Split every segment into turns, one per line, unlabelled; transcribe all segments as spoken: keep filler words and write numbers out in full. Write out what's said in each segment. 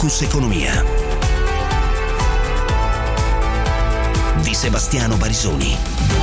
Focus Economia di Sebastiano Barisoni.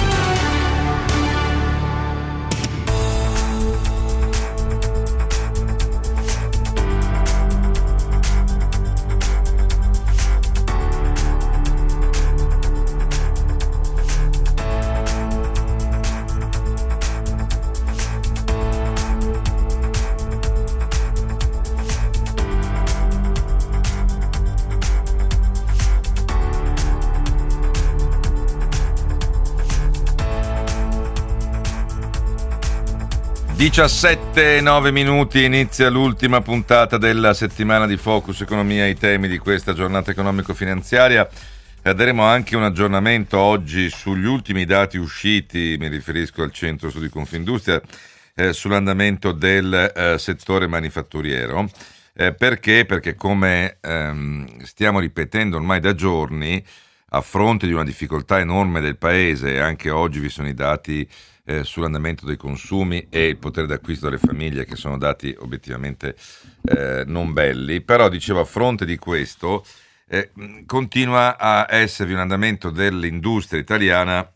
diciassette e nove minuti, inizia l'ultima puntata della settimana di Focus Economia, i temi di questa giornata economico-finanziaria. E daremo anche un aggiornamento oggi sugli ultimi dati usciti, mi riferisco al Centro Studi Confindustria, eh, sull'andamento del eh, settore manifatturiero. Eh, perché? Perché come ehm, stiamo ripetendo ormai da giorni, a fronte di una difficoltà enorme del Paese, anche oggi vi sono i dati Eh, sull'andamento dei consumi e il potere d'acquisto delle famiglie, che sono dati obiettivamente eh, non belli, però dicevo, a fronte di questo eh, continua a esservi un andamento dell'industria italiana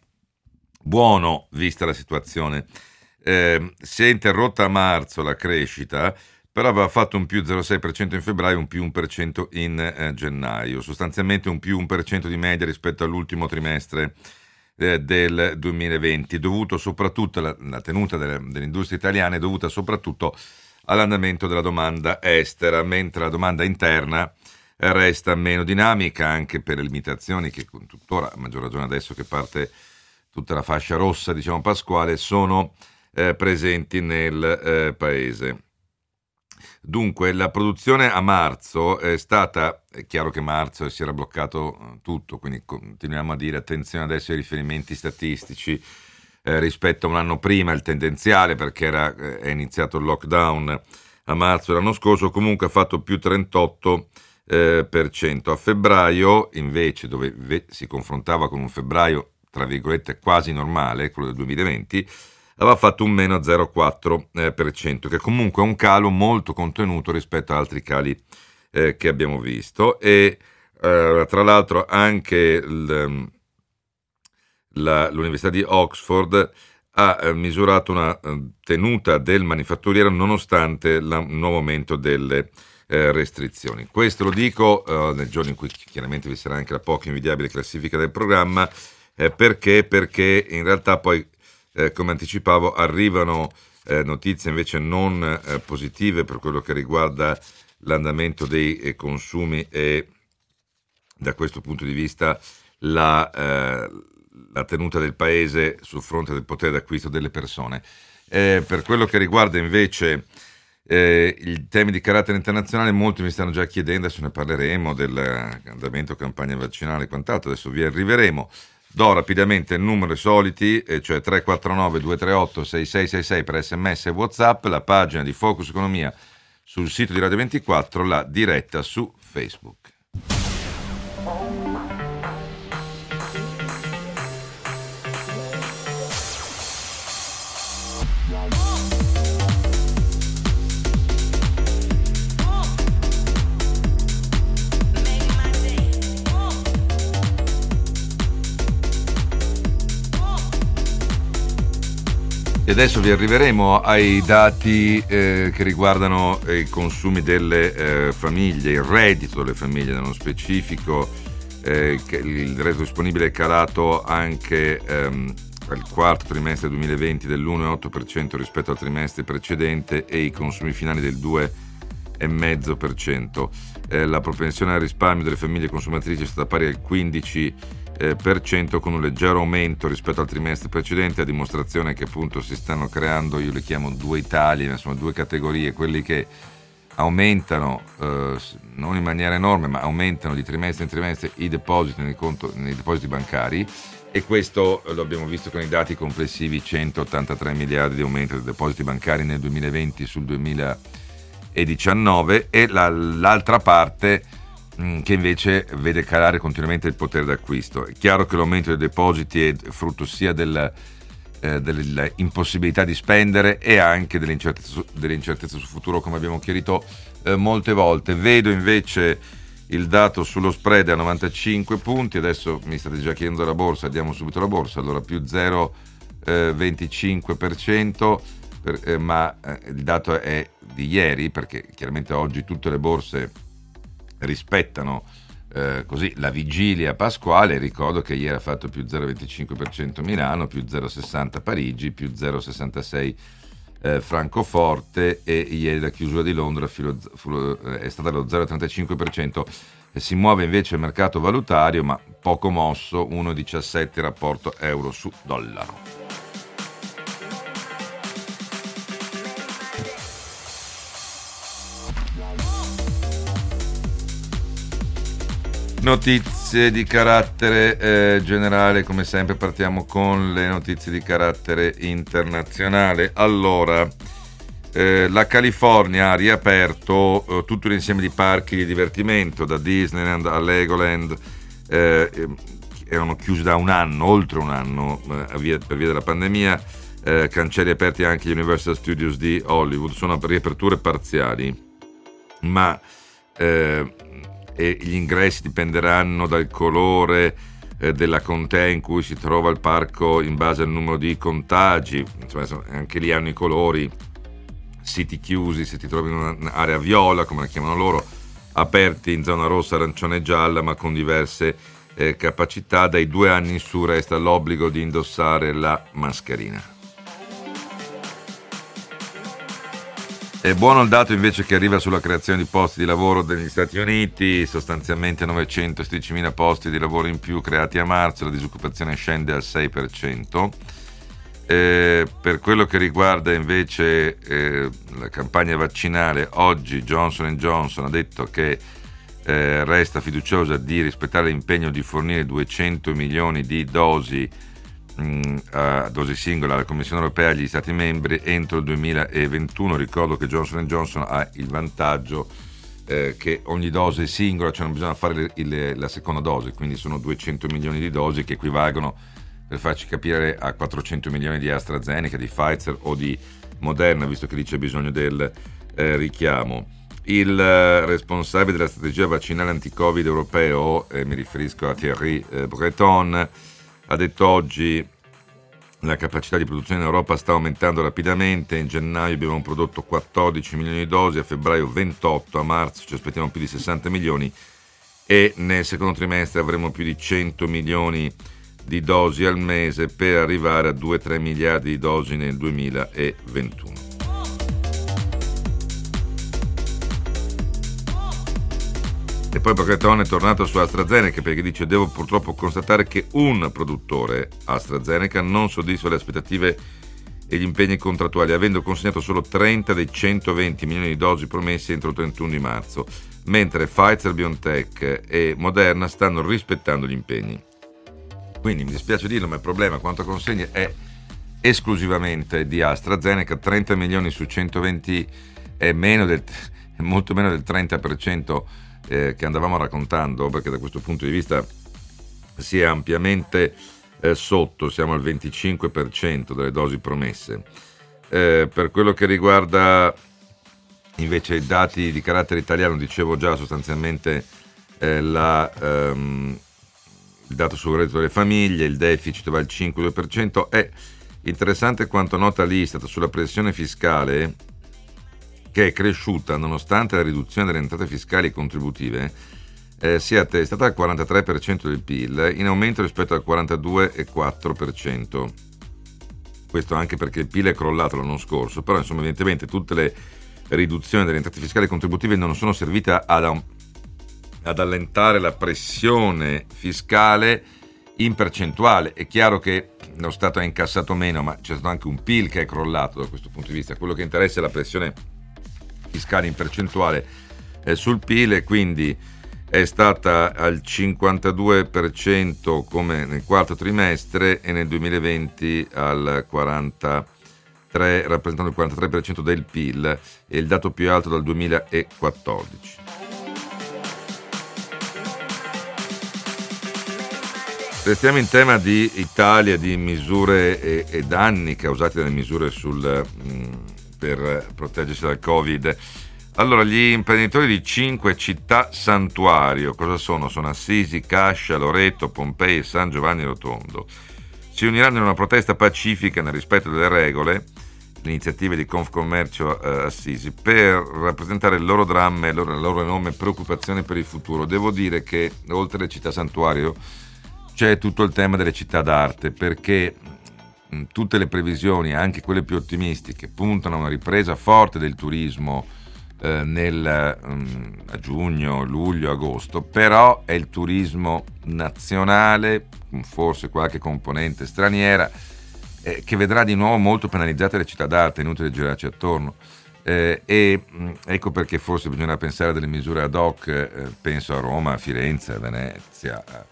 buono, vista la situazione. Eh, si è interrotta a marzo la crescita, però aveva fatto un più zero virgola sei per cento in febbraio, un più uno per cento in eh, gennaio, sostanzialmente un più uno per cento di media rispetto all'ultimo trimestre del duemilaventi, dovuto soprattutto alla la tenuta delle, dell'industria italiana è dovuta soprattutto all'andamento della domanda estera, mentre la domanda interna resta meno dinamica, anche per le limitazioni che tuttora, a maggior ragione adesso che parte tutta la fascia rossa, diciamo pasquale, sono eh, presenti nel eh, paese. Dunque, la produzione a marzo è stata, è chiaro che marzo si era bloccato tutto, quindi continuiamo a dire attenzione adesso ai riferimenti statistici eh, rispetto a un anno prima, il tendenziale, perché era, eh, è iniziato il lockdown a marzo dell'anno scorso, comunque ha fatto più trentotto eh, per cento. A febbraio, invece, dove ve- si confrontava con un febbraio, tra virgolette, quasi normale, quello del duemilaventi, aveva fatto un meno zero virgola quattro per cento, che comunque è un calo molto contenuto rispetto ad altri cali eh, che abbiamo visto. E eh, tra l'altro anche l, la, l'Università di Oxford ha eh, misurato una eh, tenuta del manifatturiero nonostante la, un nuovo aumento delle eh, restrizioni. Questo lo dico eh, nel giorno in cui chiaramente vi sarà anche la poco invidiabile classifica del programma, eh, perché? Perché in realtà poi Eh, come anticipavo, arrivano eh, notizie invece non eh, positive per quello che riguarda l'andamento dei eh, consumi e da questo punto di vista la, eh, la tenuta del paese sul fronte del potere d'acquisto delle persone. Eh, per quello che riguarda invece eh, i temi di carattere internazionale, molti mi stanno già chiedendo, adesso ne parleremo, dell'andamento campagna vaccinale e quant'altro, adesso vi arriveremo. Do rapidamente il numero soliti, cioè tre quattro nove due tre otto sei sei sei sei per sms e WhatsApp, la pagina di Focus Economia sul sito di Radio ventiquattro, la diretta su Facebook. E adesso vi arriveremo ai dati eh, che riguardano eh, i consumi delle eh, famiglie, il reddito delle famiglie nello specifico. Eh, che il reddito disponibile è calato anche ehm, al quarto trimestre duemilaventi dell'uno virgola otto per cento rispetto al trimestre precedente e i consumi finali del due virgola cinque per cento. Eh, la propensione al risparmio delle famiglie consumatrici è stata pari al quindici per cento, con un leggero aumento rispetto al trimestre precedente, a dimostrazione che appunto si stanno creando, io le chiamo due Italie, insomma due categorie, quelli che aumentano eh, non in maniera enorme, ma aumentano di trimestre in trimestre i depositi nei, conto, nei depositi bancari, e questo lo abbiamo visto con i dati complessivi, centottantatré miliardi di aumento dei depositi bancari nel duemilaventi sul duemiladiciannove, e la, l'altra parte che invece vede calare continuamente il potere d'acquisto. È chiaro che l'aumento dei depositi è frutto sia del, eh, dell'impossibilità di spendere e anche dell'incertezza su, dell'incertezza sul futuro, come abbiamo chiarito eh, molte volte. Vedo invece il dato sullo spread a novantacinque punti, adesso mi state già chiedendo la borsa, diamo subito la borsa, allora più zero virgola venticinque per cento, per, eh, ma eh, il dato è di ieri, perché chiaramente oggi tutte le borse rispettano eh, così la vigilia pasquale. Ricordo che ieri ha fatto più zero virgola venticinque per cento Milano, più zero virgola sessanta Parigi, più zero virgola sessantasei eh, Francoforte, e ieri la chiusura di Londra filo, filo, eh, è stata lo zero virgola trentacinque per cento. E si muove invece il mercato valutario, ma poco mosso, uno virgola diciassette rapporto euro su dollaro. Notizie di carattere eh, generale, come sempre partiamo con le notizie di carattere internazionale. Allora, eh, la California ha riaperto eh, tutto l'insieme di parchi di divertimento, da Disneyland a Legoland, eh, erano chiusi da un anno, oltre un anno eh, via, per via della pandemia, eh, cancelli aperti anche gli Universal Studios di Hollywood, sono riaperture parziali, ma eh, e gli ingressi dipenderanno dal colore eh, della contea in cui si trova il parco in base al numero di contagi. Insomma, anche lì hanno i colori, siti chiusi se ti trovi in un'area viola, come la chiamano loro, aperti in zona rossa, arancione e gialla, ma con diverse eh, capacità. Dai due anni in su resta l'obbligo di indossare la mascherina. È buono il dato invece che arriva sulla creazione di posti di lavoro negli Stati Uniti, sostanzialmente novecentosedicimila posti di lavoro in più creati a marzo, la disoccupazione scende al sei per cento. Eh, per quello che riguarda invece eh, la campagna vaccinale, oggi Johnson and Johnson ha detto che eh, resta fiduciosa di rispettare l'impegno di fornire duecento milioni di dosi a dose singola alla Commissione europea e agli Stati membri entro il duemilaventuno. Ricordo che Johnson and Johnson ha il vantaggio eh, che ogni dose è singola, cioè non bisogna fare le, le, la seconda dose, quindi sono duecento milioni di dosi che equivalgono, per farci capire, a quattrocento milioni di AstraZeneca, di Pfizer o di Moderna, visto che lì c'è bisogno del eh, richiamo. Il eh, responsabile della strategia vaccinale anti-Covid europeo, eh, mi riferisco a Thierry eh, Breton, ha detto oggi: la capacità di produzione in Europa sta aumentando rapidamente, in gennaio abbiamo prodotto quattordici milioni di dosi, a febbraio ventotto, a marzo ci aspettiamo più di sessanta milioni e nel secondo trimestre avremo più di cento milioni di dosi al mese per arrivare a due tre miliardi di dosi nel duemilaventuno. E poi Breton è tornato su AstraZeneca perché dice: devo purtroppo constatare che un produttore, AstraZeneca, non soddisfa le aspettative e gli impegni contrattuali, avendo consegnato solo trenta dei centoventi milioni di dosi promessi entro il trentuno di marzo, mentre Pfizer, BioNTech e Moderna stanno rispettando gli impegni. Quindi mi dispiace dirlo, ma il problema quanto consegne è esclusivamente di AstraZeneca. Trenta milioni su centoventi è, meno del, è molto meno del trenta per cento Eh, che andavamo raccontando, perché da questo punto di vista si è ampiamente eh, sotto, siamo al venticinque per cento delle dosi promesse. Eh, per quello che riguarda invece i dati di carattere italiano, dicevo già sostanzialmente eh, la, ehm, il dato sul reddito delle famiglie, il deficit va al cinque virgola due per cento. È interessante quanto nota l'Istat sulla pressione fiscale, che è cresciuta nonostante la riduzione delle entrate fiscali e contributive, eh, si è attestata al quarantatré per cento del P I L, in aumento rispetto al quarantadue virgola quattro per cento. Questo anche perché il P I L è crollato l'anno scorso, però insomma evidentemente tutte le riduzioni delle entrate fiscali e contributive non sono servite ad, ad allentare la pressione fiscale in percentuale. È chiaro che lo Stato ha incassato meno, ma c'è stato anche un P I L che è crollato da questo punto di vista. Quello che interessa è la pressione fiscale in percentuale eh, sul P I L, e quindi è stata al cinquantadue per cento come nel quarto trimestre e nel duemilaventi al quarantatré, rappresentando il quarantatré per cento del P I L, e il dato più alto dal duemilaquattordici. Restiamo in tema di Italia, di misure e, e danni causati dalle misure sul, mh, per proteggersi dal Covid. Allora, gli imprenditori di cinque città santuario, cosa sono? Sono Assisi, Cascia, Loreto, Pompei e San Giovanni Rotondo. Si uniranno in una protesta pacifica nel rispetto delle regole, l'iniziativa di Confcommercio eh, Assisi, per rappresentare il loro dramma e la loro, la loro enorme preoccupazione per il futuro. Devo dire che oltre alle città santuario c'è tutto il tema delle città d'arte, perché mh, tutte le previsioni, anche quelle più ottimistiche, puntano a una ripresa forte del turismo eh, nel, mh, a giugno, luglio, agosto, però è il turismo nazionale, forse qualche componente straniera, eh, che vedrà di nuovo molto penalizzate le città d'arte, inutile girarci attorno. Eh, e mh, ecco perché forse bisogna pensare a delle misure ad hoc, eh, penso a Roma, a Firenze, a Venezia, a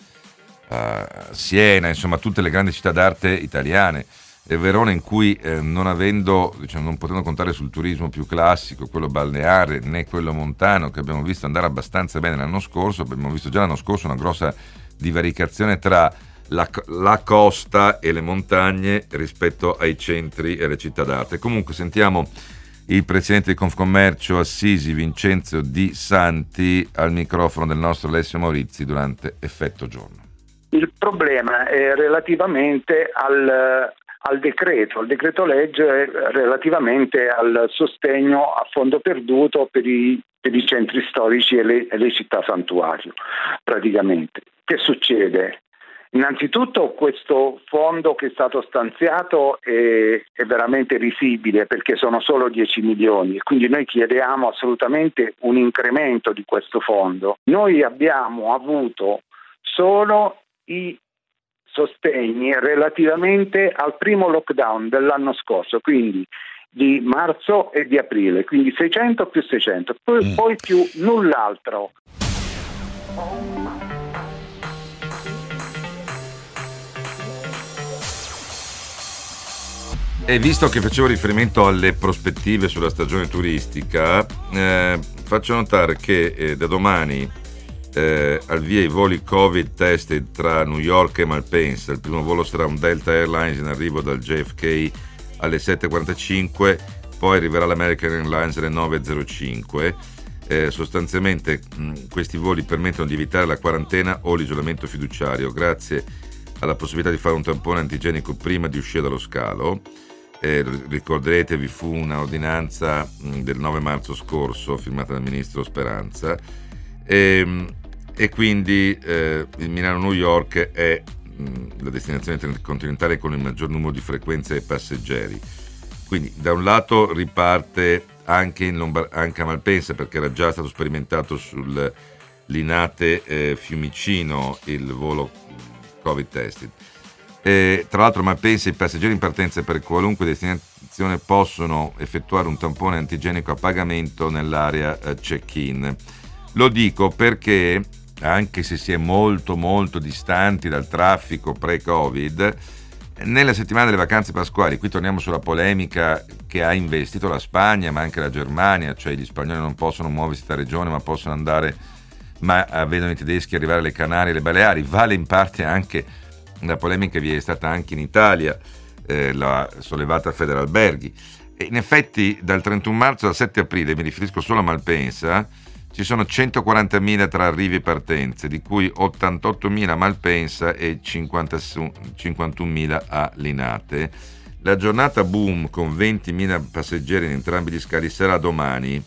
Uh, Siena, insomma tutte le grandi città d'arte italiane, e Verona, in cui eh, non avendo, diciamo, non potendo contare sul turismo più classico, quello balneare, né quello montano, che abbiamo visto andare abbastanza bene l'anno scorso, abbiamo visto già l'anno scorso una grossa divaricazione tra la, la costa e le montagne rispetto ai centri e alle città d'arte. Comunque sentiamo il presidente di Confcommercio Assisi, Vincenzo Di Santi, al microfono del nostro Alessio Maurizi durante Effetto Giorno.
Il problema è relativamente al, al decreto, al decreto legge relativamente al sostegno a fondo perduto per i, per i centri storici e le, e le città santuario. Praticamente, che succede? Innanzitutto questo fondo che è stato stanziato è, è veramente risibile, perché sono solo dieci milioni, e quindi noi chiediamo assolutamente un incremento di questo fondo. Noi abbiamo avuto solo i sostegni relativamente al primo lockdown dell'anno scorso, quindi di marzo e di aprile, quindi seicento più seicento, poi, mm. poi più null'altro.
E visto che facevo riferimento alle prospettive sulla stagione turistica, eh, faccio notare che eh, da domani Eh, al via i voli Covid tested tra New York e Malpensa. Il primo volo sarà un Delta Airlines in arrivo dal J F K alle sette e quarantacinque, poi arriverà l'American Airlines alle nove e zero cinque. Eh, sostanzialmente mh, questi voli permettono di evitare la quarantena o l'isolamento fiduciario grazie alla possibilità di fare un tampone antigenico prima di uscire dallo scalo. Eh, ricorderete, vi fu una ordinanza mh, del nove marzo scorso firmata dal ministro Speranza, e, e quindi eh, il Milano-New York è mh, la destinazione intercontinentale con il maggior numero di frequenze e passeggeri. Quindi da un lato riparte anche, in Lombar- anche a Malpensa, perché era già stato sperimentato sul Linate eh, Fiumicino il volo Covid tested. E, tra l'altro, Malpensa i passeggeri in partenza per qualunque destinazione possono effettuare un tampone antigenico a pagamento nell'area eh, check-in. Lo dico perché, anche se si è molto molto distanti dal traffico pre-Covid, nella settimana delle vacanze pasquali, qui torniamo sulla polemica che ha investito la Spagna ma anche la Germania, cioè gli spagnoli non possono muoversi da regione ma possono andare, ma vedono i tedeschi arrivare alle Canarie e alle Baleari. Vale in parte anche la polemica che vi è stata anche in Italia, eh, la sollevata Federalberghi. E in effetti dal trentuno marzo al sette aprile, mi riferisco solo a Malpensa, ci sono centoquarantamila tra arrivi e partenze, di cui ottantottomila a Malpensa e cinquantunomila a Linate. La giornata boom con ventimila passeggeri in entrambi gli scali sarà domani,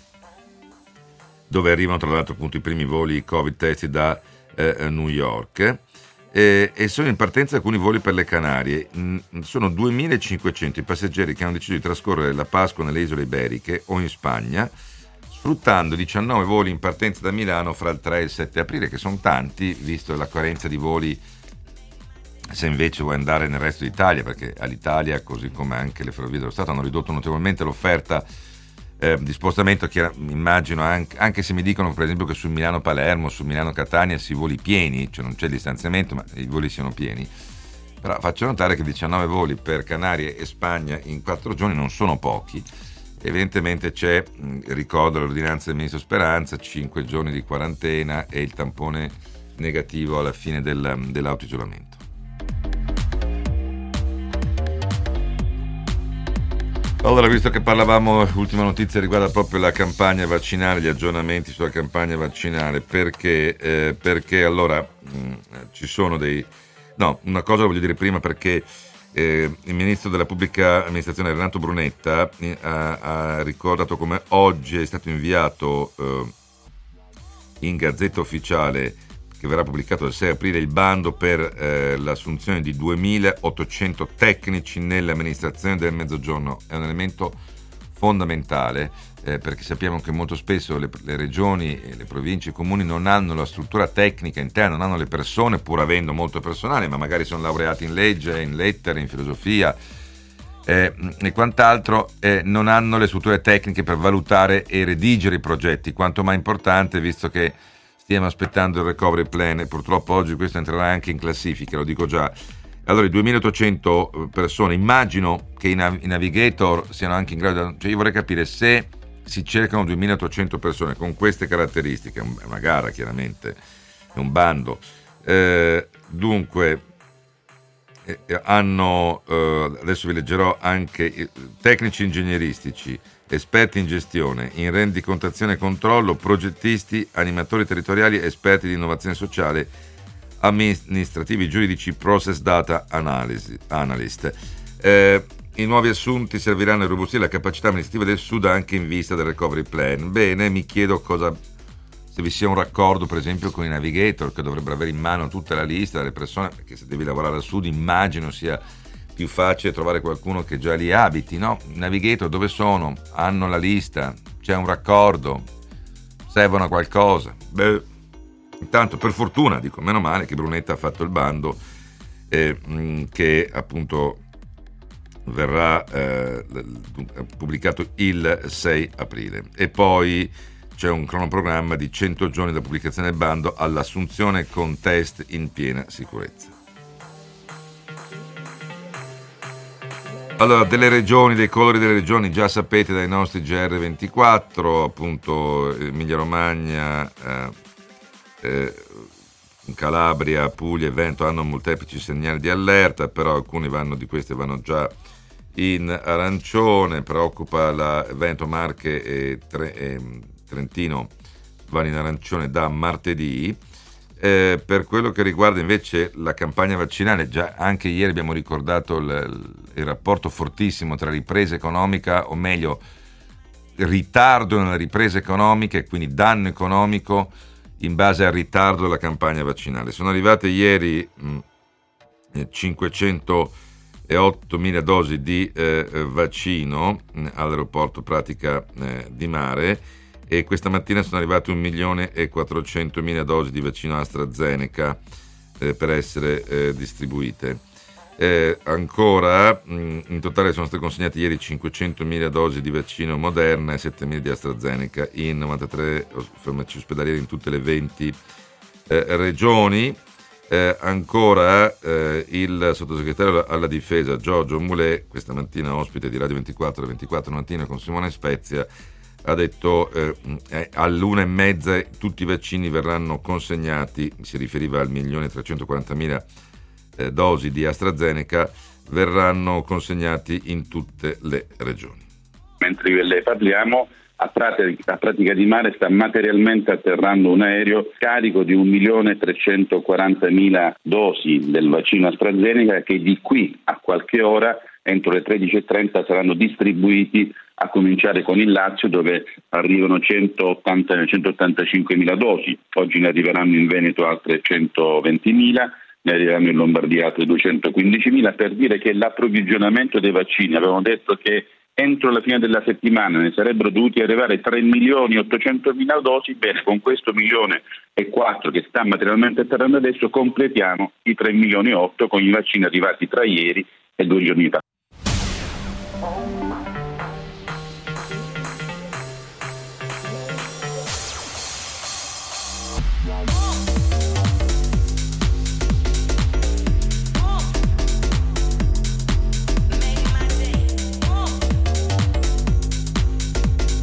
dove arrivano tra l'altro appunto i primi voli Covid testi da eh, New York, eh, e sono in partenza alcuni voli per le Canarie. Mm, sono duemilacinquecento i passeggeri che hanno deciso di trascorrere la Pasqua nelle isole iberiche o in Spagna, sfruttando diciannove voli in partenza da Milano fra il tre e il sette aprile, che sono tanti, visto la carenza di voli se invece vuoi andare nel resto d'Italia, perché all'Italia, così come anche le Ferrovie dello Stato, hanno ridotto notevolmente l'offerta eh, di spostamento, che immagino, anche, anche se mi dicono per esempio che su Milano-Palermo, su Milano-Catania si voli pieni, cioè non c'è il distanziamento, ma i voli siano pieni. Però faccio notare che diciannove voli per Canarie e Spagna in quattro giorni non sono pochi. Evidentemente c'è, ricordo l'ordinanza del ministro Speranza, cinque giorni di quarantena e il tampone negativo alla fine del, dell'autoisolamento. Allora, visto che parlavamo, l'ultima notizia riguarda proprio la campagna vaccinale, gli aggiornamenti sulla campagna vaccinale, perché, eh, perché allora mh, ci sono dei... No, una cosa la voglio dire prima, perché eh, il ministro della pubblica amministrazione Renato Brunetta eh, ha, ha ricordato come oggi è stato inviato eh, in Gazzetta Ufficiale, che verrà pubblicato il sei aprile, il bando per eh, l'assunzione di duemilaottocento tecnici nell'amministrazione del Mezzogiorno. È un elemento fondamentale eh, perché sappiamo che molto spesso le, le regioni, le province, i comuni non hanno la struttura tecnica interna, non hanno le persone, pur avendo molto personale, ma magari sono laureati in legge, in lettere, in filosofia eh, e quant'altro, eh, non hanno le strutture tecniche per valutare e redigere i progetti, quanto mai importante, visto che stiamo aspettando il recovery plan e purtroppo oggi questo entrerà anche in classifica, lo dico già. Allora, i duemilaottocento persone, immagino che i, nav- i navigator siano anche in grado di... Cioè io vorrei capire se si cercano duemilaottocento persone con queste caratteristiche, è una gara chiaramente, è un bando, eh, dunque eh, hanno, eh, adesso vi leggerò anche eh, tecnici ingegneristici, esperti in gestione, in rendicontazione e controllo, progettisti, animatori territoriali, esperti di innovazione sociale, amministrativi, giuridici, process data analysis, analyst. Eh, I nuovi assunti serviranno a irrobustire la capacità amministrativa del Sud anche in vista del recovery plan. Bene, mi chiedo cosa, se vi sia un raccordo per esempio con i navigator, che dovrebbero avere in mano tutta la lista delle persone, perché se devi lavorare al Sud immagino sia più facile trovare qualcuno che già li abiti, no? I navigator dove sono? Hanno la lista, c'è un raccordo, servono a qualcosa. Beh, intanto per fortuna, dico, meno male che Brunetta ha fatto il bando eh, mh, che appunto verrà eh, pubblicato il sei aprile, e poi c'è un cronoprogramma di cento giorni da pubblicazione del bando all'assunzione con test in piena sicurezza. Allora, delle regioni, dei colori delle regioni, già sapete dai nostri G R ventiquattro, appunto Emilia Romagna, eh, eh, Calabria, Puglia e Veneto hanno molteplici segnali di allerta, però alcuni vanno, di questi vanno già in arancione, preoccupa la Veneto, Marche e, Tre, e Trentino vanno in arancione da martedì. Eh, per quello che riguarda invece la campagna vaccinale, già anche ieri abbiamo ricordato il, il rapporto fortissimo tra ripresa economica, o meglio ritardo nella ripresa economica e quindi danno economico in base al ritardo della campagna vaccinale. Sono arrivate ieri mh, cinquecentoottomila dosi di eh, vaccino mh, all'aeroporto Pratica eh, di Mare, e questa mattina sono arrivate un milione e quattrocentomila dosi di vaccino AstraZeneca eh, per essere eh, distribuite. Eh, ancora mh, in totale sono state consegnate ieri cinquecentomila dosi di vaccino Moderna e settemila di AstraZeneca in novantatré farmacie ospedaliere in tutte le venti eh, regioni. Eh, ancora eh, il sottosegretario alla difesa Giorgio Mulè, questa mattina ospite di Radio ventiquattro alle ventiquattro mattina con Simone Spezia, ha detto eh, eh, all'una e mezza tutti i vaccini verranno consegnati, si riferiva al milione e trecentoquarantamila eh, dosi di AstraZeneca, verranno consegnati in tutte le regioni.
Mentre le parliamo, a Pratica, a Pratica di Mare sta materialmente atterrando un aereo carico di un milione e trecentoquarantamila dosi del vaccino AstraZeneca, che di qui a qualche ora, entro le tredici e trenta, saranno distribuiti, a cominciare con il Lazio, dove arrivano centottanta centottantacinquemila dosi. Oggi ne arriveranno in Veneto altre centoventimila, ne arriveranno in Lombardia altre duecentoquindicimila, per dire che l'approvvigionamento dei vaccini, avevamo detto che entro la fine della settimana ne sarebbero dovuti arrivare tre milioni e ottocentomila dosi. Bene, con questo milione e quattro che sta materialmente atterrando adesso, completiamo i tre milioni e otto con i vaccini arrivati tra ieri e due giorni fa.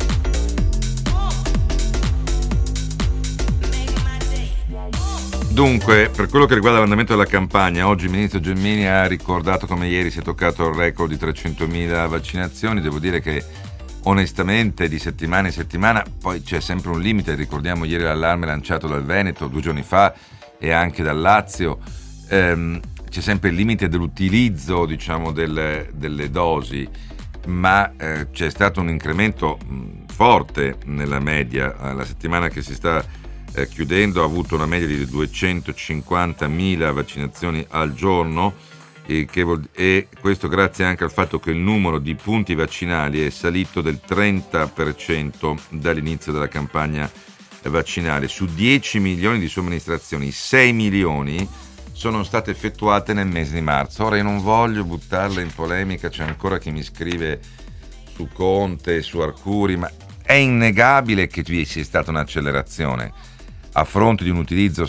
Dunque, Dunque, per quello che riguarda l'andamento della campagna, oggi il ministro Gelmini ha ricordato come ieri si è toccato il record di trecentomila vaccinazioni. Devo dire che onestamente di settimana in settimana poi c'è sempre un limite. Ricordiamo ieri l'allarme lanciato dal Veneto due giorni fa e anche dal Lazio. Ehm, c'è sempre il limite dell'utilizzo, diciamo, delle, delle dosi, ma eh, c'è stato un incremento mh, forte nella media. La settimana che si sta Eh, chiudendo ha avuto una media di duecentocinquantamila vaccinazioni al giorno e, che vol- e questo grazie anche al fatto che il numero di punti vaccinali è salito del trenta per cento dall'inizio della campagna vaccinale. Su dieci milioni di somministrazioni, sei milioni sono state effettuate nel mese di marzo. Ora io non voglio buttarla in polemica, c'è ancora chi mi scrive su Conte, su Arcuri, ma è innegabile che vi sia stata un'accelerazione a fronte di un utilizzo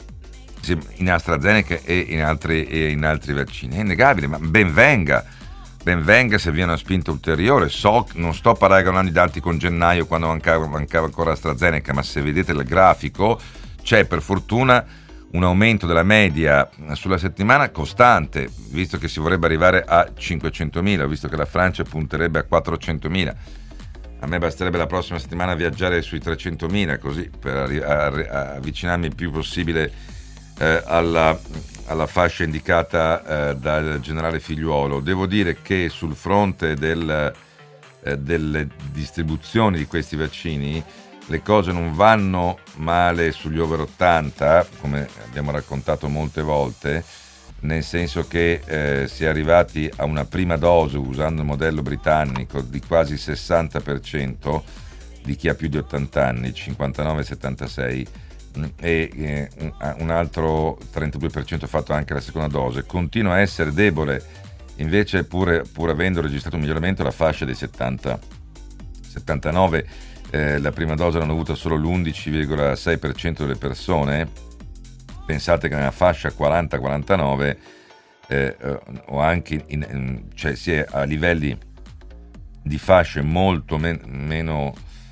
in AstraZeneca e in altri, e in altri vaccini. È innegabile, ma ben venga, ben venga se vi è una spinta ulteriore. So, non sto paragonando i dati con gennaio quando mancava, mancava ancora AstraZeneca, ma se vedete il grafico c'è per fortuna un aumento della media sulla settimana costante, visto che si vorrebbe arrivare a cinquecentomila, visto che la Francia punterebbe a quattrocentomila. A me basterebbe la prossima settimana viaggiare sui trecentomila, così per arri- a- avvicinarmi il più possibile eh, alla, alla fascia indicata eh, dal generale Figliuolo. Devo dire che sul fronte del, eh, delle distribuzioni di questi vaccini le cose non vanno male sugli over ottanta, come abbiamo raccontato molte volte, nel senso che eh, si è arrivati a una prima dose, usando il modello britannico, di quasi il sessanta per cento di chi ha più di ottanta anni, cinquantanove settantasei, e eh, un altro trentadue per cento fatto anche la seconda dose. Continua a essere debole invece, pur, pur avendo registrato un miglioramento, la fascia dei settanta settantanove, eh, la prima dose l'hanno avuta solo l'undici virgola sei per cento delle persone. Pensate che nella fascia quaranta quarantanove eh, o anche in, in, cioè si è a livelli di fasce molto men- meno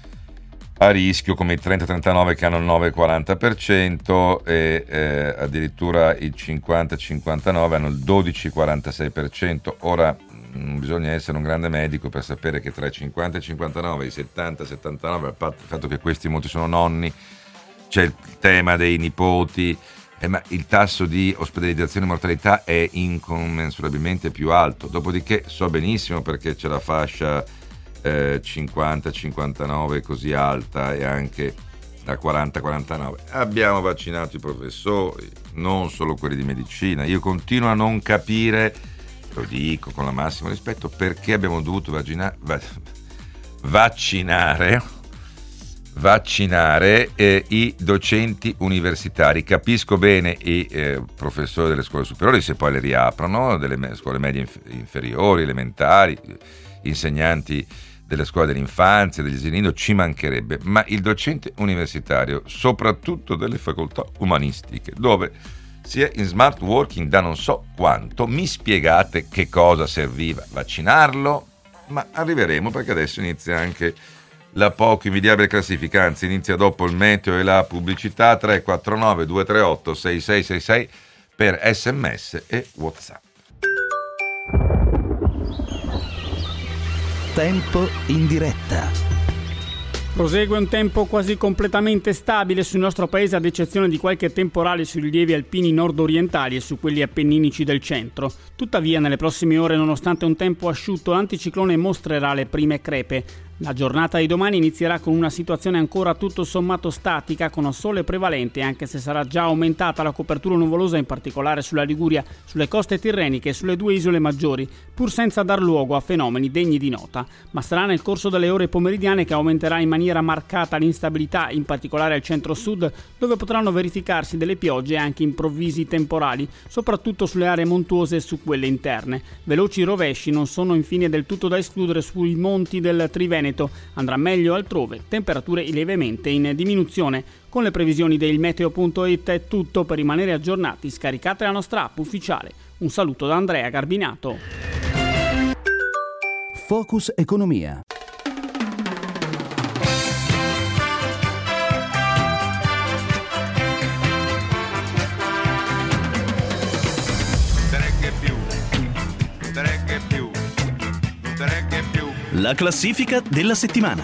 a rischio, come i trenta trentanove che hanno il nove quaranta per cento e eh, addirittura i cinquanta cinquantanove hanno il dodici quarantasei per cento. Ora non bisogna essere un grande medico per sapere che tra i cinquanta e i cinquantanove e i settanta settantanove, a parte il fatto che questi molti sono nonni, c'è il tema dei nipoti. Eh, ma il tasso di ospedalizzazione e mortalità è incommensurabilmente più alto. Dopodiché so benissimo perché c'è la fascia eh, cinquanta cinquantanove così alta e anche la quaranta quarantanove. Abbiamo vaccinato i professori, non solo quelli di medicina. Io continuo a non capire, lo dico con la massimo rispetto, perché abbiamo dovuto vaccina- va- vaccinare vaccinare eh, i docenti universitari. Capisco bene i eh, professori delle scuole superiori se poi le riaprono, delle me- scuole medie inf- inferiori, elementari, insegnanti delle scuole dell'infanzia, degli asili nido, ci mancherebbe, ma il docente universitario, soprattutto delle facoltà umanistiche, dove si è in smart working da non so quanto, mi spiegate che cosa serviva vaccinarlo? Ma arriveremo, perché adesso inizia anche la poco invidiabile classifica, anzi inizia dopo il meteo e la pubblicità. Tre quattro nove due tre otto sei sei sei sei per sms e WhatsApp.
Tempo in diretta.
Prosegue un tempo quasi completamente stabile sul nostro paese, ad eccezione di qualche temporale sui rilievi alpini nord-orientali e su quelli appenninici del centro. Tuttavia, nelle prossime ore, nonostante un tempo asciutto, l'anticiclone mostrerà le prime crepe. La giornata di domani inizierà con una situazione ancora tutto sommato statica, con sole prevalente, anche se sarà già aumentata la copertura nuvolosa, in particolare sulla Liguria, sulle coste tirreniche e sulle due isole maggiori, pur senza dar luogo a fenomeni degni di nota. Ma sarà nel corso delle ore pomeridiane che aumenterà in maniera marcata l'instabilità, in particolare al centro-sud, dove potranno verificarsi delle piogge e anche improvvisi temporali, soprattutto sulle aree montuose e su quelle interne. Veloci rovesci non sono infine del tutto da escludere sui monti del Triveneto. Andrà meglio altrove, temperature lievemente in diminuzione. Con le previsioni del meteo punto it è tutto. Per rimanere aggiornati scaricate la nostra app ufficiale. Un saluto da Andrea Garbinato.
Focus Economia. La classifica della settimana.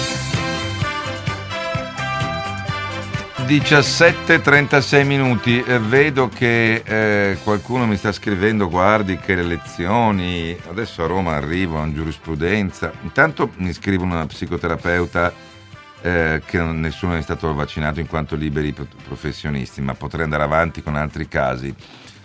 diciassette e trentasei minuti. Eh, vedo che eh, qualcuno mi sta scrivendo: guardi che le elezioni adesso a Roma arrivano in giurisprudenza. Intanto mi scrive una psicoterapeuta eh, che non, nessuno è stato vaccinato in quanto liberi professionisti, ma potrei andare avanti con altri casi.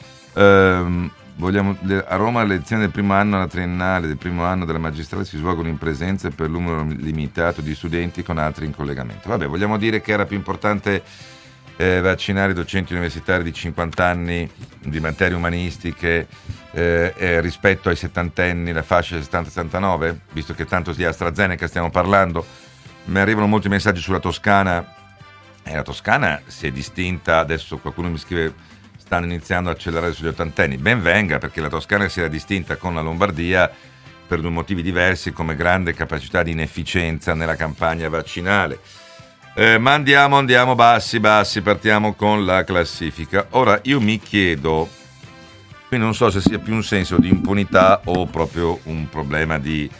Eh, vogliamo, le, a Roma le elezioni del primo anno alla triennale del primo anno della magistrale si svolgono in presenza e per numero limitato di studenti con altri in collegamento. Vabbè, vogliamo dire che era più importante eh, vaccinare i docenti universitari di cinquanta anni di materie umanistiche eh, eh, rispetto ai settantenni, la fascia settanta settantanove, visto che tanto di AstraZeneca stiamo parlando. Mi arrivano molti messaggi sulla Toscana e la Toscana si è distinta, adesso qualcuno mi scrive stanno iniziando a accelerare sugli ottantenni. Ben venga, perché la Toscana si era distinta con la Lombardia per due motivi diversi, come grande capacità di inefficienza nella campagna vaccinale. Eh, ma andiamo, andiamo bassi, bassi, partiamo con la classifica. Ora, io mi chiedo, qui non so se sia più un senso di impunità o proprio un problema di,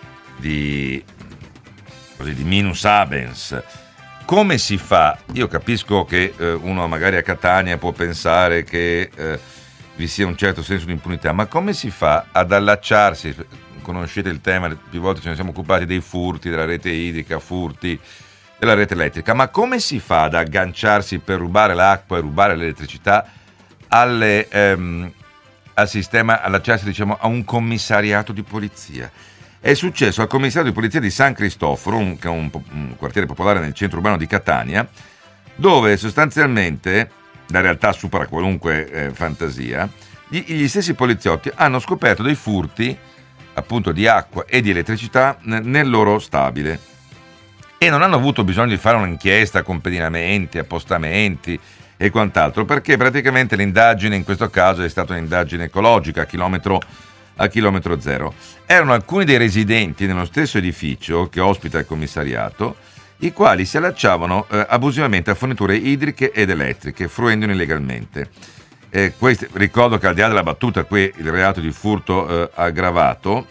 di, così, di minus abens. Come si fa? Io capisco che eh, uno magari a Catania può pensare che eh, vi sia un certo senso di impunità, ma come si fa ad allacciarsi? Conoscete il tema, più volte ce ne siamo occupati, dei furti della rete idrica, furti della rete elettrica, ma come si fa ad agganciarsi per rubare l'acqua e rubare l'elettricità alle, ehm, al sistema, allacciarsi diciamo a un commissariato di polizia? È successo al commissariato di polizia di San Cristoforo, un, che è un, un quartiere popolare nel centro urbano di Catania, dove sostanzialmente, la realtà supera qualunque eh, fantasia, gli, gli stessi poliziotti hanno scoperto dei furti appunto di acqua e di elettricità n- nel loro stabile e non hanno avuto bisogno di fare un'inchiesta con pedinamenti, appostamenti e quant'altro, perché praticamente l'indagine in questo caso è stata un'indagine ecologica a chilometro a chilometro zero. Erano alcuni dei residenti nello stesso edificio che ospita il commissariato, i quali si allacciavano eh, abusivamente a forniture idriche ed elettriche, fruendone illegalmente. Eh, questi, ricordo che al di là della battuta qui il reato di furto eh, aggravato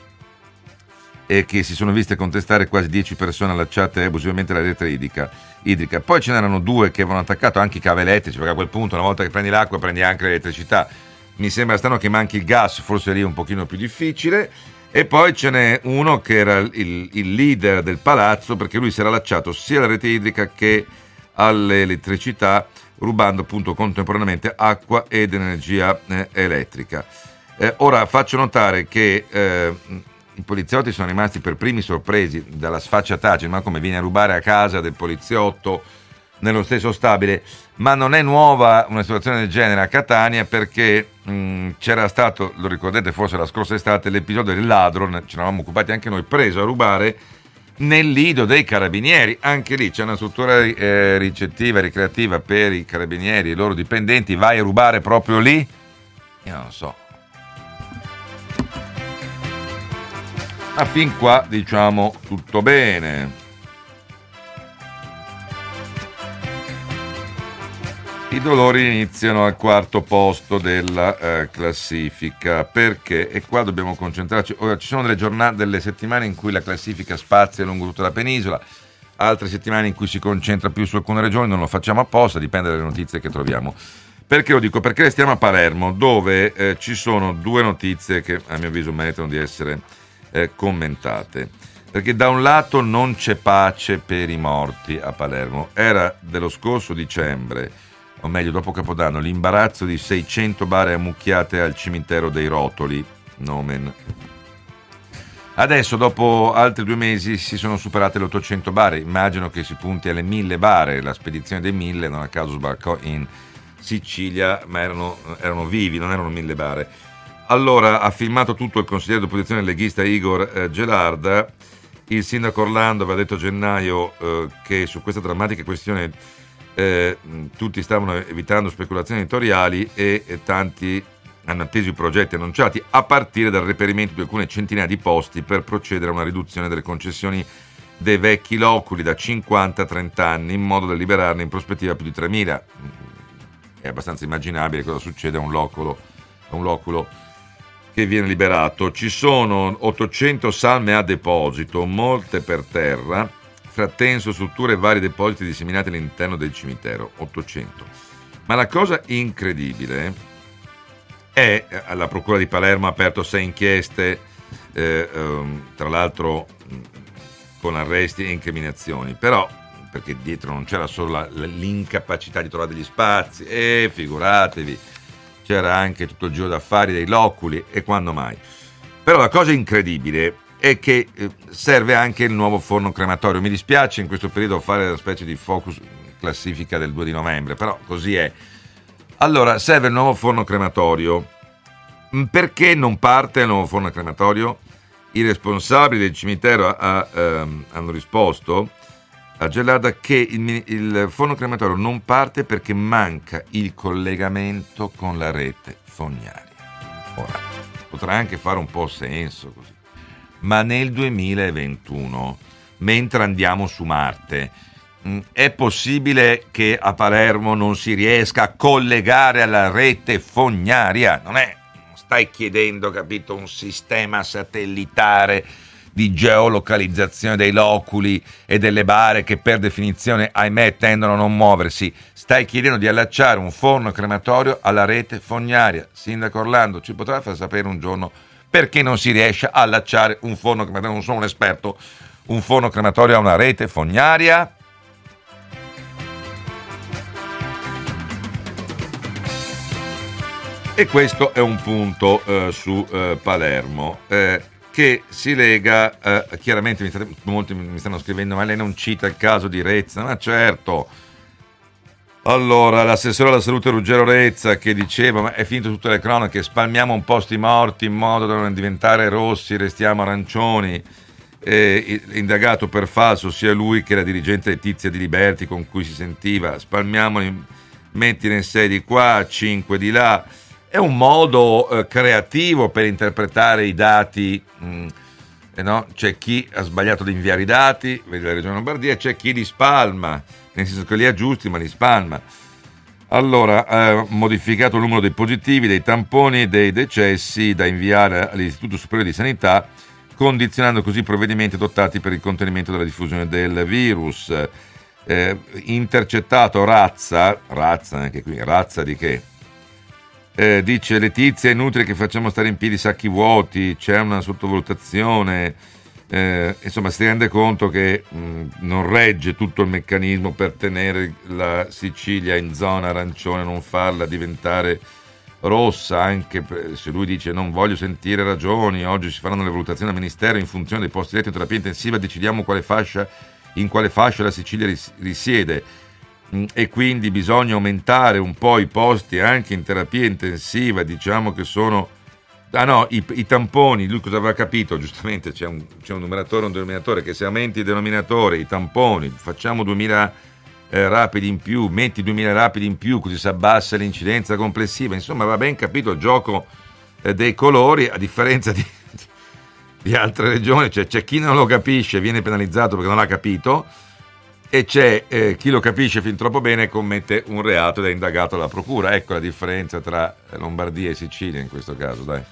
e che si sono viste contestare quasi dieci persone allacciate abusivamente alla rete idrica. idrica. Poi ce n'erano due che avevano attaccato anche i cavi elettrici, perché a quel punto una volta che prendi l'acqua prendi anche l'elettricità. Mi sembra strano che manchi il gas, forse lì è un pochino più difficile. E poi ce n'è uno che era il, il leader del palazzo, perché lui si era allacciato sia alla rete idrica che all'elettricità, rubando appunto contemporaneamente acqua ed energia eh, elettrica. Eh, ora faccio notare che eh, i poliziotti sono rimasti per primi sorpresi dalla sfacciataggine, ma come viene a rubare a casa del poliziotto nello stesso stabile, ma non è nuova una situazione del genere a Catania, perché mh, c'era stato, lo ricordate forse la scorsa estate, l'episodio del ladro, ce ne eravamo occupati anche noi, preso a rubare nel lido dei carabinieri. Anche lì c'è una struttura eh, ricettiva e ricreativa per i carabinieri e i loro dipendenti, vai a rubare proprio lì? Io non so. Ma fin qua diciamo tutto bene. I dolori iniziano al quarto posto della eh, classifica, perché, e qua dobbiamo concentrarci, ora ci sono delle giornate, delle settimane in cui la classifica spazia lungo tutta la penisola, altre settimane in cui si concentra più su alcune regioni, non lo facciamo apposta, dipende dalle notizie che troviamo. Perché lo dico? Perché restiamo a Palermo, dove eh, ci sono due notizie che a mio avviso meritano di essere eh, commentate. Perché da un lato non c'è pace per i morti a Palermo, era dello scorso dicembre, o meglio dopo Capodanno, l'imbarazzo di seicento bare ammucchiate al cimitero dei Rotoli, nomen. Adesso dopo altri due mesi si sono superate le ottocento bare, immagino che si punti alle mille bare, la spedizione dei mille non a caso sbarcò in Sicilia, ma erano, erano vivi, non erano mille bare. Allora ha filmato tutto il consigliere d'opposizione leghista Igor eh, Gelarda. Il sindaco Orlando aveva detto a gennaio eh, che su questa drammatica questione Eh, tutti stavano evitando speculazioni editoriali e, e tanti hanno atteso i progetti annunciati, a partire dal reperimento di alcune centinaia di posti per procedere a una riduzione delle concessioni dei vecchi loculi da cinquanta a trenta anni, in modo da liberarne in prospettiva più di tremila. È abbastanza immaginabile cosa succede a un loculo, a un loculo che viene liberato. Ci sono ottocento salme a deposito, molte per terra, fra tenso, strutture e vari depositi disseminati all'interno del cimitero. ottocento. Ma la cosa incredibile è, la Procura di Palermo ha aperto sei inchieste, eh, ehm, tra l'altro con arresti e incriminazioni, però perché dietro non c'era solo la, l'incapacità di trovare degli spazi, e figuratevi, c'era anche tutto il giro d'affari dei loculi, e quando mai. Però la cosa incredibile è che eh, serve anche il nuovo forno crematorio. Mi dispiace in questo periodo fare una specie di focus classifica del due di novembre, però così è. Allora, serve il nuovo forno crematorio. Perché non parte il nuovo forno crematorio? I responsabili del cimitero ha, ehm, hanno risposto a Gelada che il, il forno crematorio non parte perché manca il collegamento con la rete fognaria. Ora, potrà anche fare un po' senso così, ma nel duemilaventuno, mentre andiamo su Marte, è possibile che a Palermo non si riesca a collegare alla rete fognaria? Non è, stai chiedendo, capito, un sistema satellitare di geolocalizzazione dei loculi e delle bare che per definizione, ahimè, tendono a non muoversi. Stai chiedendo di allacciare un forno crematorio alla rete fognaria. Sindaco Orlando, ci potrà far sapere un giorno perché non si riesce a allacciare un forno crematorio? Non sono un esperto. Un forno crematorio a una rete fognaria? E questo è un punto eh, su eh, Palermo eh, che si lega, eh, chiaramente mi state, molti mi stanno scrivendo, ma lei non cita il caso di Rezza? Ma certo. Allora, l'assessore alla salute Ruggero Rezza che diceva, ma è finito tutte le cronache, spalmiamo un po' sti morti in modo da non diventare rossi, restiamo arancioni. Eh, indagato per falso sia lui che la dirigente Letizia Di Liberti con cui si sentiva, spalmiamoli, mettine in sei di qua, cinque di là. È un modo eh, creativo per interpretare i dati, mh, eh no? C'è chi ha sbagliato ad inviare i dati, vedi la Regione Lombardia, c'è chi li spalma, nel senso che li aggiusti ma li spalma. Allora, ha eh, modificato il numero dei positivi, dei tamponi e dei decessi da inviare all'Istituto Superiore di Sanità, condizionando così i provvedimenti adottati per il contenimento della diffusione del virus. Eh, intercettato Razza, Razza anche qui, Razza di che? Eh, dice Letizia, è inutile che facciamo stare in piedi sacchi vuoti, c'è una sottovalutazione, eh, insomma si rende conto che mh, non regge tutto il meccanismo per tenere la Sicilia in zona arancione, non farla diventare rossa, anche se lui dice non voglio sentire ragioni, oggi si faranno le valutazioni al Ministero in funzione dei posti letti in terapia intensiva, decidiamo quale fascia, in quale fascia la Sicilia ris- risiede. E quindi bisogna aumentare un po' i posti anche in terapia intensiva, diciamo che sono ah no, i, i tamponi, lui cosa aveva capito, giustamente c'è un, c'è un numeratore e un denominatore, che se aumenti il denominatore, i tamponi, facciamo duemila eh, rapidi in più, metti duemila rapidi in più, così si abbassa l'incidenza complessiva, insomma va ben capito il gioco eh, dei colori, a differenza di, di altre regioni, cioè c'è chi non lo capisce, viene penalizzato perché non l'ha capito, e c'è eh, chi lo capisce fin troppo bene e commette un reato ed è indagato dalla procura. Ecco la differenza tra Lombardia e Sicilia in questo caso, dai.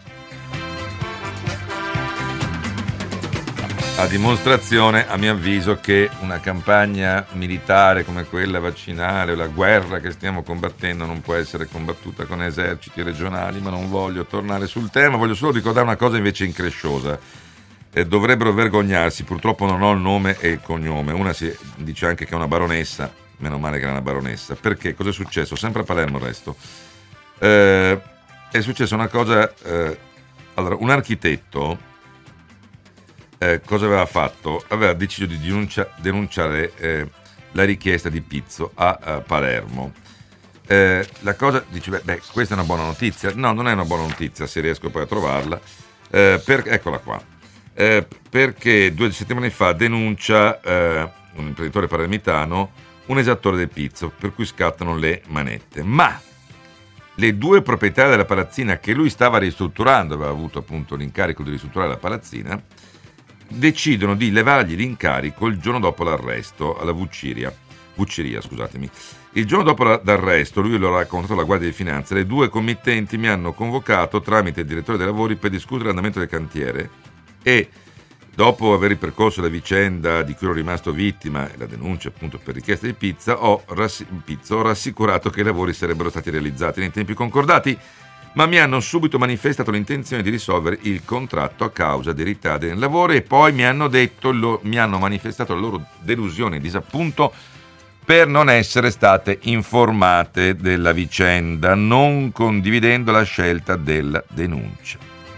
A dimostrazione, a mio avviso, che una campagna militare come quella vaccinale o la guerra che stiamo combattendo non può essere combattuta con eserciti regionali, ma non voglio tornare sul tema, voglio solo ricordare una cosa invece incresciosa. Eh, dovrebbero vergognarsi, purtroppo non ho il nome e il cognome, una si dice anche che è una baronessa, meno male che è una baronessa, perché cosa è successo? Sempre a Palermo resto, eh, è successa una cosa, eh, allora un architetto eh, cosa aveva fatto? Aveva deciso di denuncia, denunciare eh, la richiesta di Pizzo a, a Palermo. Eh, la cosa, dice, beh, beh, questa è una buona notizia, no, non è una buona notizia se riesco poi a trovarla, eh, per, eccola qua. Eh, perché due settimane fa denuncia eh, un imprenditore palermitano un esattore del Pizzo per cui scattano le manette, ma le due proprietà della palazzina che lui stava ristrutturando, aveva avuto appunto l'incarico di ristrutturare la palazzina, decidono di levargli l'incarico il giorno dopo l'arresto alla Vucciria. Vucceria, scusatemi. Il giorno dopo l'arresto, lui lo ha raccontato alla Guardia di Finanza, le due committenti mi hanno convocato tramite il direttore dei lavori per discutere l'andamento del cantiere e, dopo aver ripercorso la vicenda di cui ero rimasto vittima e la denuncia appunto per richiesta di pizza, ho, rassi- pizza, ho rassicurato che i lavori sarebbero stati realizzati nei tempi concordati, ma mi hanno subito manifestato l'intenzione di risolvere il contratto a causa dei ritardi nel lavoro e poi mi hanno detto, lo, mi hanno manifestato la loro delusione e disappunto per non essere state informate della vicenda, non condividendo la scelta della denuncia.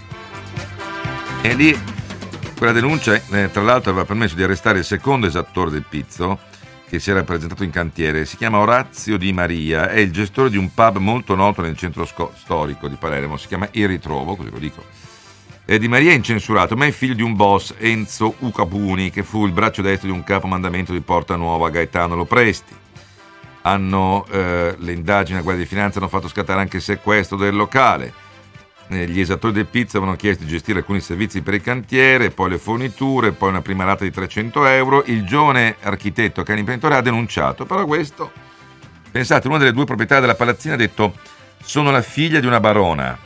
E lì quella denuncia, eh, tra l'altro, aveva permesso di arrestare il secondo esattore del pizzo, che si era presentato in cantiere. Si chiama Orazio Di Maria, è il gestore di un pub molto noto nel centro sco- storico di Palermo, si chiama Il Ritrovo, così lo dico. E Di Maria è incensurato, ma è figlio di un boss, Enzo Ucapuni, che fu il braccio destro di un capo mandamento di Porta Nuova, Gaetano Lopresti. Hanno eh, le indagini a Guardia di Finanza hanno fatto scattare anche il sequestro del locale. Eh, gli esattori del pizzo avevano chiesto di gestire alcuni servizi per il cantiere, poi le forniture, poi una prima rata di trecento euro. Il giovane architetto che è l'imprenditore ha denunciato, però questo, pensate, una delle due proprietarie della palazzina ha detto: sono la figlia di una barona.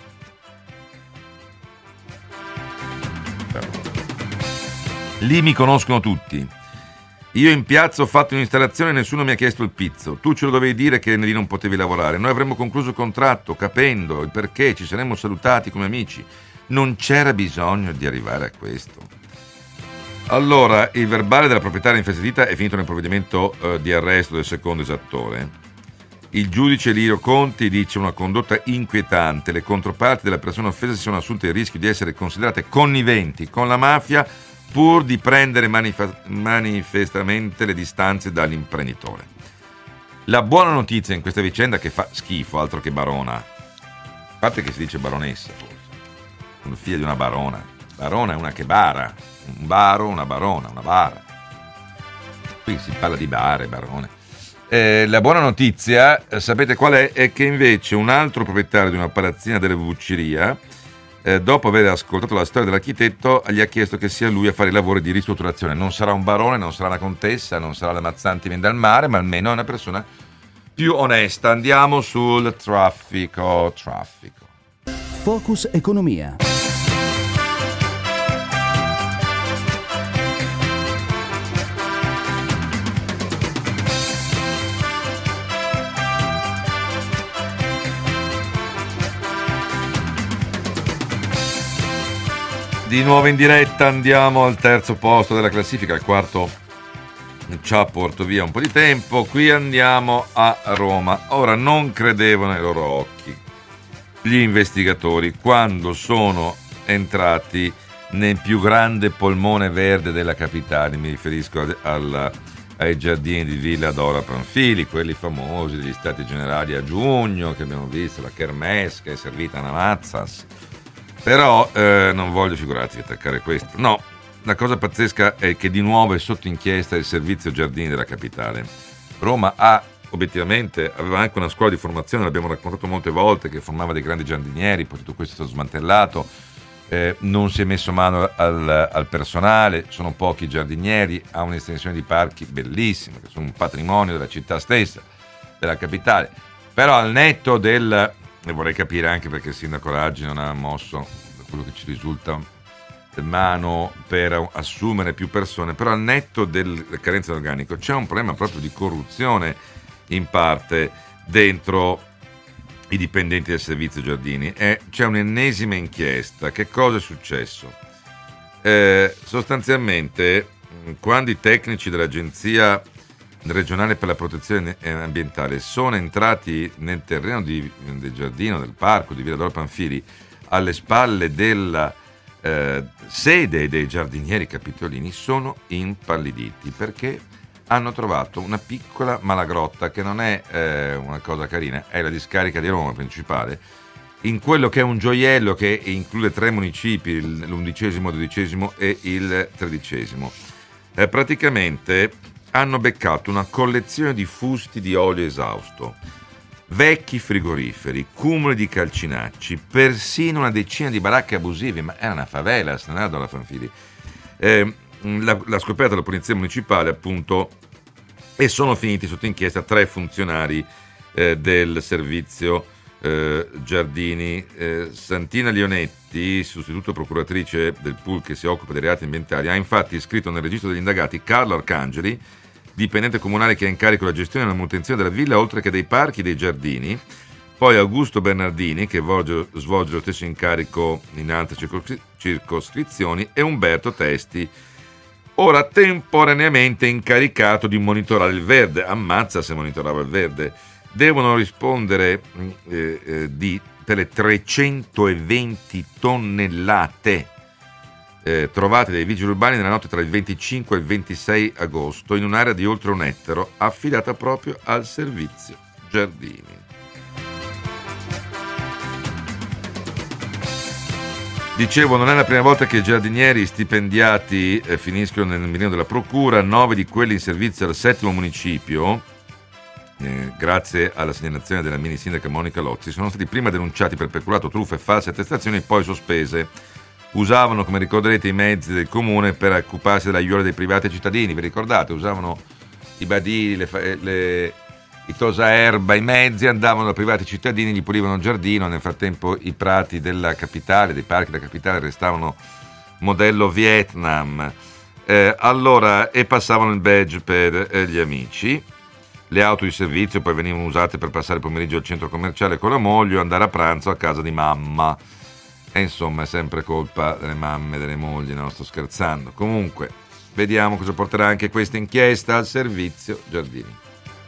Lì mi conoscono tutti. Io in piazza ho fatto un'installazione e nessuno mi ha chiesto il pizzo. Tu ce lo dovevi dire che lì non potevi lavorare. Noi avremmo concluso il contratto capendo il perché, ci saremmo salutati come amici. Non c'era bisogno di arrivare a questo. Allora, il verbale della proprietaria infastidita è finito nel provvedimento eh, di arresto del secondo esattore. Il giudice Lirio Conti dice una condotta inquietante. Le controparti della persona offesa si sono assunte il rischio di essere considerate conniventi con la mafia pur di prendere manif- manifestamente le distanze dall'imprenditore. La buona notizia in questa vicenda, che fa schifo, altro che barona, a parte che si dice baronessa, forse, una figlia di una barona. Barona è una che bara, un baro, una barona, una bara. Qui si parla di bare, barone. Eh, la buona notizia, sapete qual è? È che invece un altro proprietario di una palazzina della Vucceria, Eh, dopo aver ascoltato la storia dell'architetto, gli ha chiesto che sia lui a fare i lavori di ristrutturazione. Non sarà un barone, non sarà una contessa, non sarà la Mazzanti viene dal mare, ma almeno è una persona più onesta. Andiamo sul traffico. Traffico.
Focus Economia.
Di nuovo in diretta, andiamo al terzo posto della classifica, al quarto ci ha portato via un po' di tempo. Qui andiamo a Roma. Ora, non credevano ai loro occhi gli investigatori quando sono entrati nel più grande polmone verde della capitale. Mi riferisco alla, ai giardini di Villa Dora Pamphili, quelli famosi degli Stati Generali a giugno, che abbiamo visto, la kermesse che è servita a Namazzas. Però eh, non voglio figurarti di attaccare questo. No, la cosa pazzesca è che di nuovo è sotto inchiesta il servizio giardini della capitale. Roma ha, obiettivamente, aveva anche una scuola di formazione, l'abbiamo raccontato molte volte, che formava dei grandi giardinieri, poi tutto questo è stato smantellato, eh, non si è messo mano al, al personale, sono pochi giardinieri, ha un'estensione di parchi bellissima, che sono un patrimonio della città stessa, della capitale. Però al netto del... E vorrei capire anche perché il sindaco Raggi non ha mosso, da quello che ci risulta, mano per assumere più persone, però al netto della carenza di organico c'è un problema proprio di corruzione in parte dentro i dipendenti del servizio giardini e c'è un'ennesima inchiesta. Che cosa è successo? Eh, sostanzialmente, quando i tecnici dell'agenzia regionale per la protezione ambientale sono entrati nel terreno di, del giardino, del parco di Villa Dora Pamphili, alle spalle della eh, sede dei giardinieri capitolini, sono impalliditi perché hanno trovato una piccola malagrotta che non è eh, una cosa carina, è la discarica di Roma principale, in quello che è un gioiello che include tre municipi, l'undicesimo, dodicesimo e il tredicesimo. Eh, praticamente hanno beccato una collezione di fusti di olio esausto, vecchi frigoriferi, cumuli di calcinacci, persino una decina di baracche abusive, ma era una favela, non era Dora Pamphili. Eh, la, la scoperta della polizia municipale, appunto, e sono finiti sotto inchiesta tre funzionari eh, del servizio eh, Giardini. eh, Santina Leonetti, sostituto procuratrice del P U L che si occupa dei reati ambientali, ha infatti iscritto nel registro degli indagati Carlo Arcangeli, dipendente comunale che ha in carico la gestione e la manutenzione della villa oltre che dei parchi e dei giardini, poi Augusto Bernardini che svolge, svolge lo stesso incarico in altre circoscri- circoscrizioni e Umberto Testi, ora temporaneamente incaricato di monitorare il verde. Ammazza se monitorava il verde. Devono rispondere eh, eh, di, per le trecentoventi tonnellate eh, trovate dai vigili urbani nella notte tra il venticinque e il ventisei agosto in un'area di oltre un ettaro affidata proprio al servizio Giardini. Dicevo, non è la prima volta che i giardinieri stipendiati eh, finiscono nel mirino della procura. Nove di quelli in servizio al settimo municipio, eh, grazie alla segnalazione della mini sindaca Monica Lozzi, sono stati prima denunciati per peculato, truffe e false attestazioni e poi sospese. Usavano, come ricorderete, i mezzi del comune per occuparsi della aiuola dei privati cittadini. Vi ricordate? Usavano i badili, le, le, i tosaerba, i mezzi, andavano da privati cittadini, gli pulivano il giardino. Nel frattempo i prati della capitale, dei parchi della capitale restavano modello Vietnam. Eh, allora, e passavano il badge per eh, gli amici. Le auto di servizio poi venivano usate per passare il pomeriggio al centro commerciale con la moglie o andare a pranzo a casa di mamma. E insomma è sempre colpa delle mamme, delle mogli, non sto scherzando. Comunque, vediamo cosa porterà anche questa inchiesta al servizio Giardini.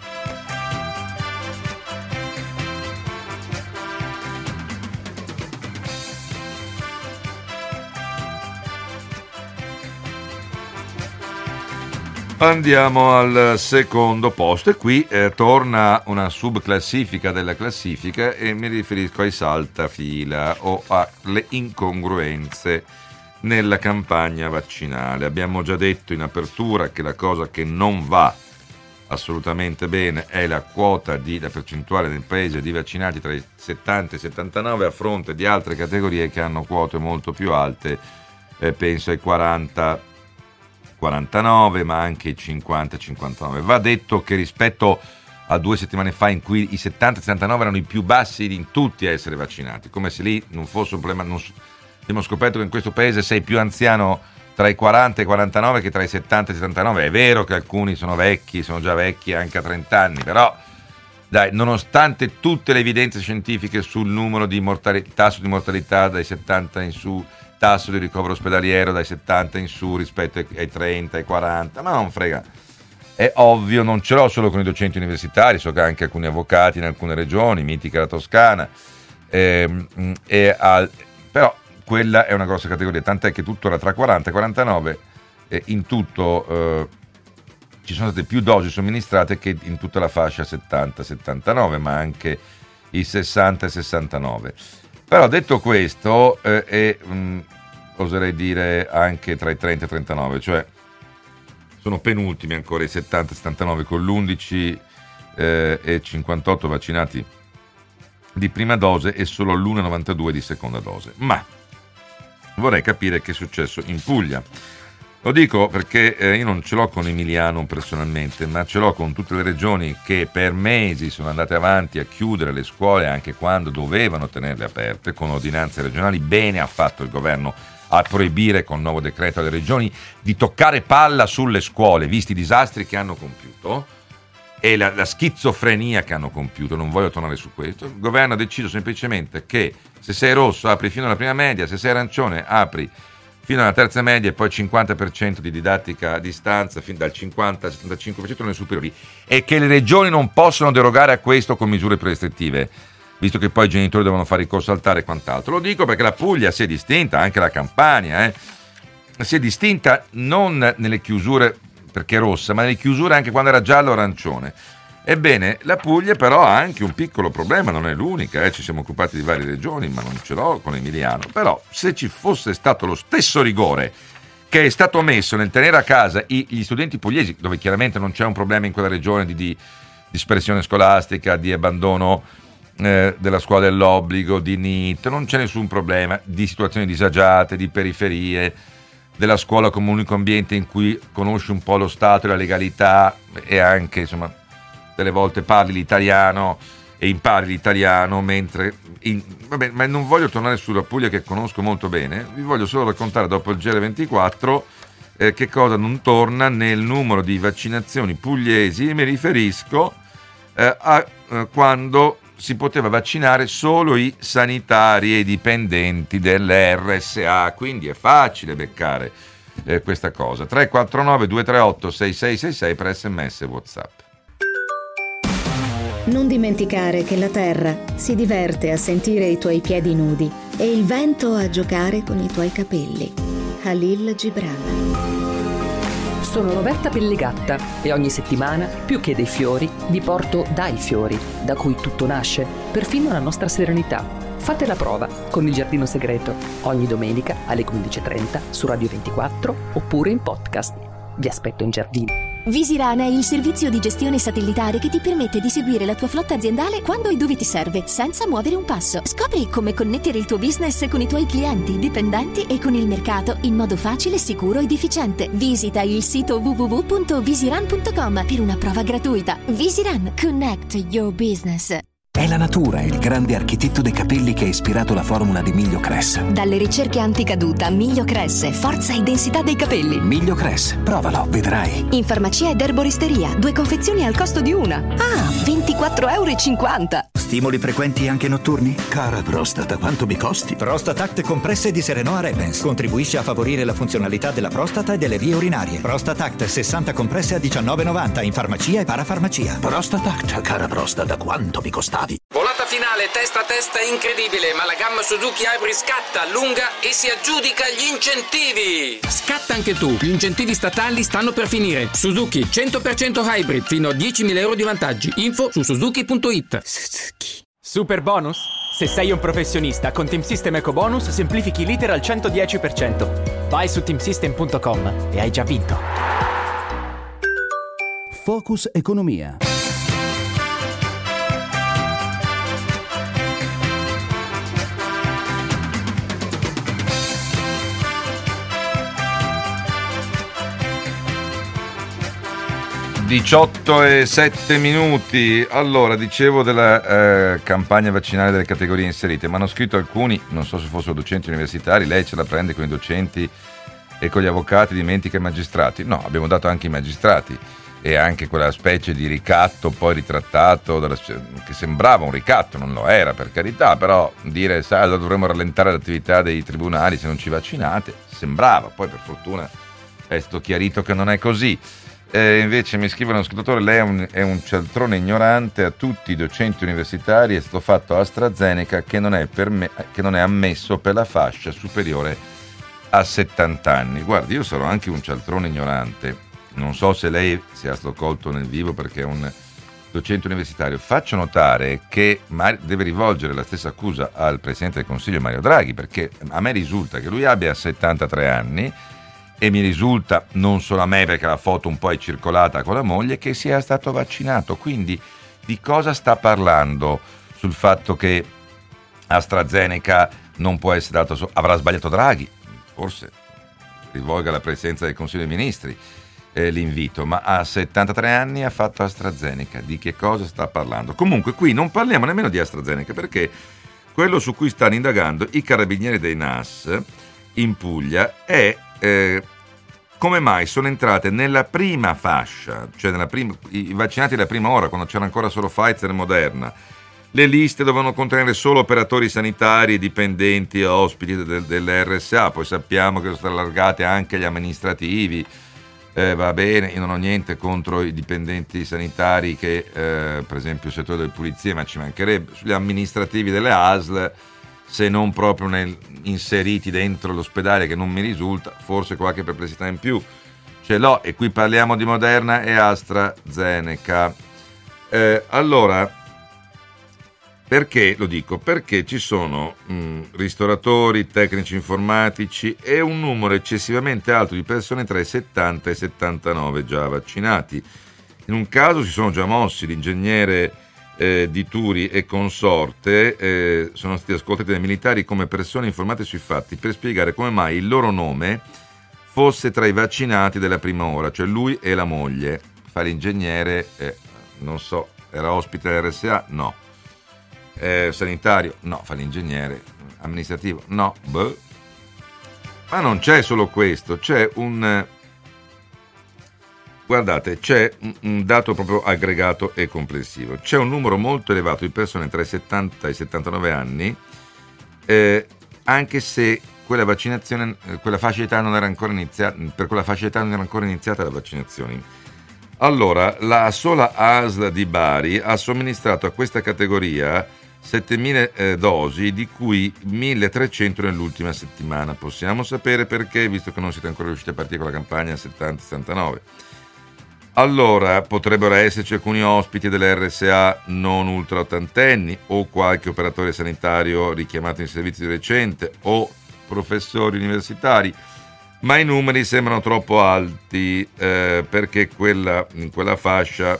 Andiamo al secondo posto e qui eh, torna una subclassifica della classifica e mi riferisco ai saltafila o alle incongruenze nella campagna vaccinale. Abbiamo già detto in apertura che la cosa che non va assolutamente bene è la quota di la percentuale nel paese di vaccinati tra i settanta e i settantanove a fronte di altre categorie che hanno quote molto più alte, eh, penso ai quaranta quarantanove, ma anche i cinquanta cinquantanove. Va detto che rispetto a due settimane fa in cui i settanta settantanove erano i più bassi in tutti a essere vaccinati, come se lì non fosse un problema. Non, abbiamo scoperto che in questo paese sei più anziano tra i quaranta e i quarantanove che tra i settanta e i settantanove. È vero che alcuni sono vecchi, sono già vecchi anche a trenta anni, però dai, nonostante tutte le evidenze scientifiche sul numero di mortalità, tasso di mortalità dai settanta in su, tasso di ricovero ospedaliero dai settanta in su rispetto ai trenta, ai quaranta, ma non frega. È ovvio, non ce l'ho solo con i docenti universitari, so che anche alcuni avvocati in alcune regioni, mitica la Toscana, ehm, e al, però quella è una grossa categoria, tant'è che tuttora tra quaranta e quarantanove eh, in tutto eh, ci sono state più dosi somministrate che in tutta la fascia settanta settantanove, ma anche i sessanta e sessantanove. Però detto questo, eh, e mh, oserei dire anche tra i trenta e i trentanove, cioè sono penultimi ancora i settanta settantanove con l'undici eh, e cinquantotto vaccinati di prima dose e solo l'uno virgola novantadue di seconda dose. Ma vorrei capire che è successo in Puglia. Lo dico perché eh, io non ce l'ho con Emiliano personalmente, ma ce l'ho con tutte le regioni che per mesi sono andate avanti a chiudere le scuole anche quando dovevano tenerle aperte con ordinanze regionali. Bene ha fatto il governo a proibire con nuovo decreto alle regioni di toccare palla sulle scuole, visti i disastri che hanno compiuto e la, la schizofrenia che hanno compiuto. Non voglio tornare su questo. Il governo ha deciso semplicemente che se sei rosso apri fino alla prima media, se sei arancione apri fino alla terza media e poi cinquanta per cento di didattica a distanza, fin dal cinquanta al settantacinque per cento nelle superiori, e che le regioni non possono derogare a questo con misure restrittive, visto che poi i genitori devono fare ricorso al TAR e quant'altro. Lo dico perché la Puglia si è distinta, anche la Campania, eh, si è distinta non nelle chiusure perché è rossa, ma nelle chiusure anche quando era giallo o arancione. Ebbene, la Puglia però ha anche un piccolo problema, non è l'unica, eh, ci siamo occupati di varie regioni, ma non ce l'ho con Emiliano. Però se ci fosse stato lo stesso rigore che è stato messo nel tenere a casa i, gli studenti pugliesi, dove chiaramente non c'è un problema in quella regione di, di dispersione scolastica, di abbandono eh, della scuola dell'obbligo, di N I T, non c'è nessun problema, di situazioni disagiate, di periferie, della scuola come unico ambiente in cui conosci un po' lo Stato e la legalità e anche, insomma, delle volte parli l'italiano e impari l'italiano, mentre in, vabbè, ma non voglio tornare sulla Puglia che conosco molto bene, vi voglio solo raccontare dopo il G R ventiquattro eh, che cosa non torna nel numero di vaccinazioni pugliesi. Mi riferisco eh, a eh, quando si poteva vaccinare solo i sanitari e i dipendenti dell'R S A, quindi è facile beccare eh, questa cosa. tre quattro nove due tre otto sei sei sei sei per sms e WhatsApp.
Non dimenticare che la terra si diverte a sentire i tuoi piedi nudi e il vento a giocare con i tuoi capelli. Khalil Gibran.
Sono Roberta Pellegatta e ogni settimana, più che dei fiori, vi porto dai fiori, da cui tutto nasce, perfino la nostra serenità. Fate la prova con Il Giardino Segreto, ogni domenica alle quindici e trenta su Radio ventiquattro oppure in podcast. Vi aspetto in giardino.
Visiran è il servizio di gestione satellitare che ti permette di seguire la tua flotta aziendale quando e dove ti serve, senza muovere un passo. Scopri come connettere il tuo business con i tuoi clienti, dipendenti e con il mercato in modo facile, sicuro ed efficiente. Visita il sito w w w punto visiran punto com per una prova gratuita. Visiran, connect your business.
È la natura il grande architetto dei capelli che ha ispirato la formula di Miglio Cress.
Dalle ricerche anticaduta, Miglio Cress, forza e densità dei capelli.
Miglio Cress, provalo, vedrai.
In farmacia ed erboristeria, due confezioni al costo di una. Ah, ventiquattro euro e cinquanta.
Stimoli frequenti anche notturni?
Cara prostata, quanto mi costi?
Prostatact compresse di Serenoa Rebens contribuisce a favorire la funzionalità della prostata e delle vie urinarie. Prostatact sessanta compresse a diciannove e novanta in farmacia e parafarmacia.
Prostatact, cara prostata, quanto mi costavi?
Volata finale testa a testa incredibile, ma la gamma Suzuki Hybrid scatta, allunga e si aggiudica gli incentivi. Scatta anche tu, gli incentivi statali stanno per finire. Suzuki cento per cento Hybrid fino a diecimila euro di vantaggi. Info su suzuki punto it.
Suzuki. Super bonus? Se sei un professionista con Team System Eco Bonus semplifichi l'iter al centodieci per cento. Vai su team system punto com e hai già vinto.
Focus Economia.
diciotto e sette minuti. Allora, dicevo della eh, campagna vaccinale delle categorie inserite, ma hanno scritto alcuni, non so se fossero docenti universitari, lei ce la prende con i docenti e con gli avvocati, dimentica i magistrati. No, abbiamo dato anche i magistrati e anche quella specie di ricatto poi ritrattato dalla, che sembrava un ricatto, non lo era per carità, però dire sai, allora dovremmo rallentare l'attività dei tribunali se non ci vaccinate, sembrava, poi per fortuna è stato chiarito che non è così. Eh, invece mi scrive uno ascoltatore, lei è un, è un cialtrone ignorante, a tutti i docenti universitari è stato fatto AstraZeneca che non è, per me, che non è ammesso per la fascia superiore a settanta anni. Guardi, io sarò anche un cialtrone ignorante, non so se lei sia stato colto nel vivo perché è un docente universitario. Faccio notare che deve rivolgere la stessa accusa al Presidente del Consiglio Mario Draghi, perché a me risulta che lui abbia settantatré anni e mi risulta, non solo a me perché la foto un po' è circolata con la moglie, che sia stato vaccinato. Quindi di cosa sta parlando sul fatto che AstraZeneca non può essere dato? So- avrà sbagliato Draghi? Forse rivolga alla Presidenza del Consiglio dei Ministri eh, l'invito, ma a settantatré anni ha fatto AstraZeneca. Di che cosa sta parlando? Comunque qui non parliamo nemmeno di AstraZeneca, perché quello su cui stanno indagando i carabinieri dei N A S in Puglia è Eh, come mai sono entrate nella prima fascia, cioè nella prima, i vaccinati della prima ora, quando c'era ancora solo Pfizer e Moderna. Le liste dovevano contenere solo operatori sanitari, dipendenti e ospiti del, dell'R S A, poi sappiamo che sono state allargate anche agli amministrativi. Eh, va bene, io non ho niente contro i dipendenti sanitari che, eh, per esempio il settore delle pulizie, ma ci mancherebbe, sugli amministrativi delle A S L, se non proprio nel, inseriti dentro l'ospedale, che non mi risulta, forse qualche perplessità in più ce l'ho. E qui parliamo di Moderna e AstraZeneca. Eh, allora, perché lo dico? Perché ci sono mh, ristoratori, tecnici informatici e un numero eccessivamente alto di persone tra i settanta e i settantanove già vaccinati. In un caso si sono già mossi l'ingegnere Eh, di Turi e consorte, eh, sono stati ascoltati dai militari come persone informate sui fatti per spiegare come mai il loro nome fosse tra i vaccinati della prima ora, cioè lui e la moglie. Fa l'ingegnere, eh, non so, era ospite dell'R S A? No. Eh, sanitario? No. Fa l'ingegnere. Amministrativo? No. Beh. Ma non c'è solo questo, c'è un... Guardate, c'è un dato proprio aggregato e complessivo. C'è un numero molto elevato di persone tra i settanta e i settantanove anni, eh, anche se quella vaccinazione, quella fascia d'età non era ancora iniziata, per quella fascia d'età non era ancora iniziata la vaccinazione. Allora, la sola A S L di Bari ha somministrato a questa categoria settemila eh, dosi, di cui milletrecento nell'ultima settimana. Possiamo sapere perché, visto che non siete ancora riusciti a partire con la campagna settanta sessantanove. Allora, potrebbero esserci alcuni ospiti dell'R S A non ultra ottantenni, o qualche operatore sanitario richiamato in servizio di recente, o professori universitari, ma i numeri sembrano troppo alti, eh, perché quella, in quella fascia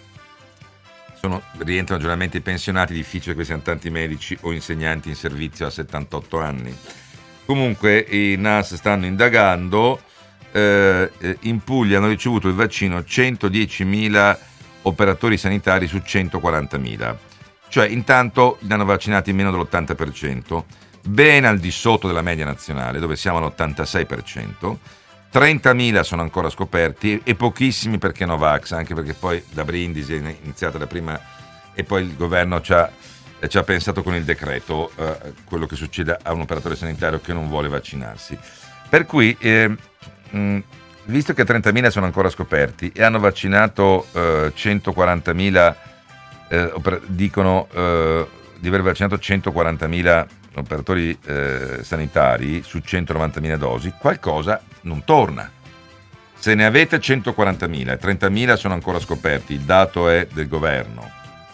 sono, rientrano generalmente i pensionati. Difficile che siano tanti medici o insegnanti in servizio a settantotto anni. Comunque i N A S stanno indagando. Eh, in Puglia hanno ricevuto il vaccino centodiecimila operatori sanitari su centoquarantamila, cioè intanto ne hanno vaccinati meno dell'ottanta per cento, ben al di sotto della media nazionale, dove siamo all'ottantasei per cento. trentamila sono ancora scoperti e pochissimi perché Novax, anche perché poi da Brindisi è iniziata la prima e poi il governo ci ha, ci ha pensato con il decreto eh, quello che succede a un operatore sanitario che non vuole vaccinarsi. Per cui eh, mh, visto che trentamila sono ancora scoperti e hanno vaccinato eh, centoquarantamila, eh, oper- dicono eh, di aver vaccinato centoquarantamila operatori eh, sanitari su centonovantamila dosi, qualcosa non torna. Se ne avete centoquarantamila e trentamila sono ancora scoperti, il dato è del governo,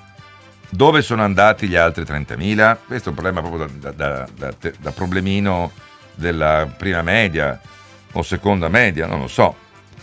dove sono andati gli altri trentamila? Questo è un problema proprio da, da, da, da, da problemino della prima media o seconda media, non lo so.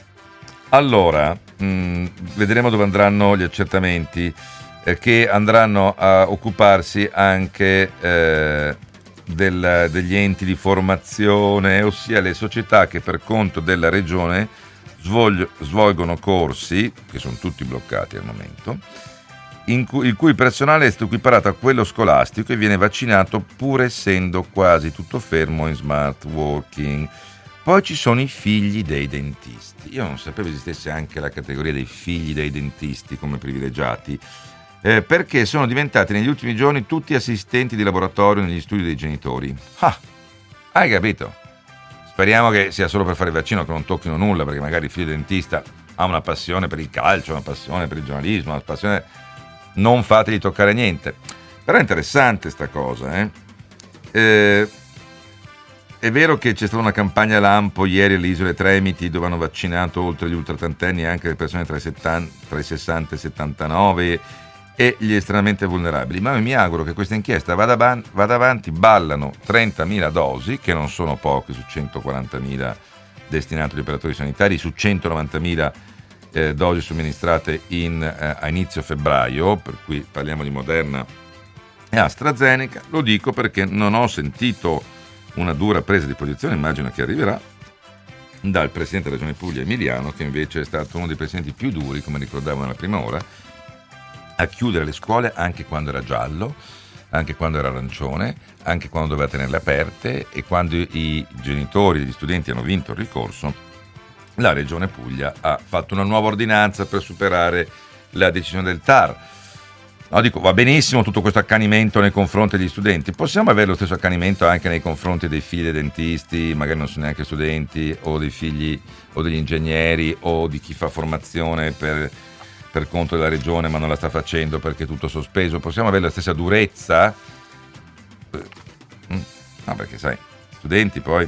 Allora, mh, vedremo dove andranno gli accertamenti, eh, che andranno a occuparsi anche eh, del, degli enti di formazione, ossia le società che per conto della regione svolg- svolgono corsi, che sono tutti bloccati al momento, in cui, il cui personale è stato equiparato a quello scolastico e viene vaccinato pur essendo quasi tutto fermo in smart working. Poi ci sono i figli dei dentisti. Io non sapevo esistesse anche la categoria dei figli dei dentisti come privilegiati, eh, perché sono diventati negli ultimi giorni tutti assistenti di laboratorio negli studi dei genitori. Ah, hai capito? Speriamo che sia solo per fare il vaccino, che non tocchino nulla, perché magari il figlio dentista ha una passione per il calcio, una passione per il giornalismo, una passione... Non fategli toccare niente. Però è interessante sta cosa, eh? Eh, è vero che c'è stata una campagna lampo ieri alle Isole Tremiti, dove hanno vaccinato oltre gli ultrattantenni anche le persone tra i, settanta, tra i sessanta e i settantanove e gli estremamente vulnerabili, ma mi auguro che questa inchiesta vada, ban- vada avanti. Ballano trentamila dosi, che non sono poche su centoquarantamila destinate agli operatori sanitari, su centonovantamila Eh, dosi somministrate in, eh, a inizio febbraio, per cui parliamo di Moderna e AstraZeneca. Lo dico perché non ho sentito una dura presa di posizione, immagino che arriverà, dal Presidente della Regione Puglia Emiliano, che invece è stato uno dei Presidenti più duri, come ricordavo nella prima ora, a chiudere le scuole anche quando era giallo, anche quando era arancione, anche quando doveva tenerle aperte, e quando i genitori e gli studenti hanno vinto il ricorso, la Regione Puglia ha fatto una nuova ordinanza per superare la decisione del T A R. No, dico, va benissimo tutto questo accanimento nei confronti degli studenti, possiamo avere lo stesso accanimento anche nei confronti dei figli dei dentisti, magari non sono neanche studenti, o dei figli o degli ingegneri, o di chi fa formazione per, per conto della Regione ma non la sta facendo perché è tutto sospeso. Possiamo avere la stessa durezza? No, perché sai, studenti poi...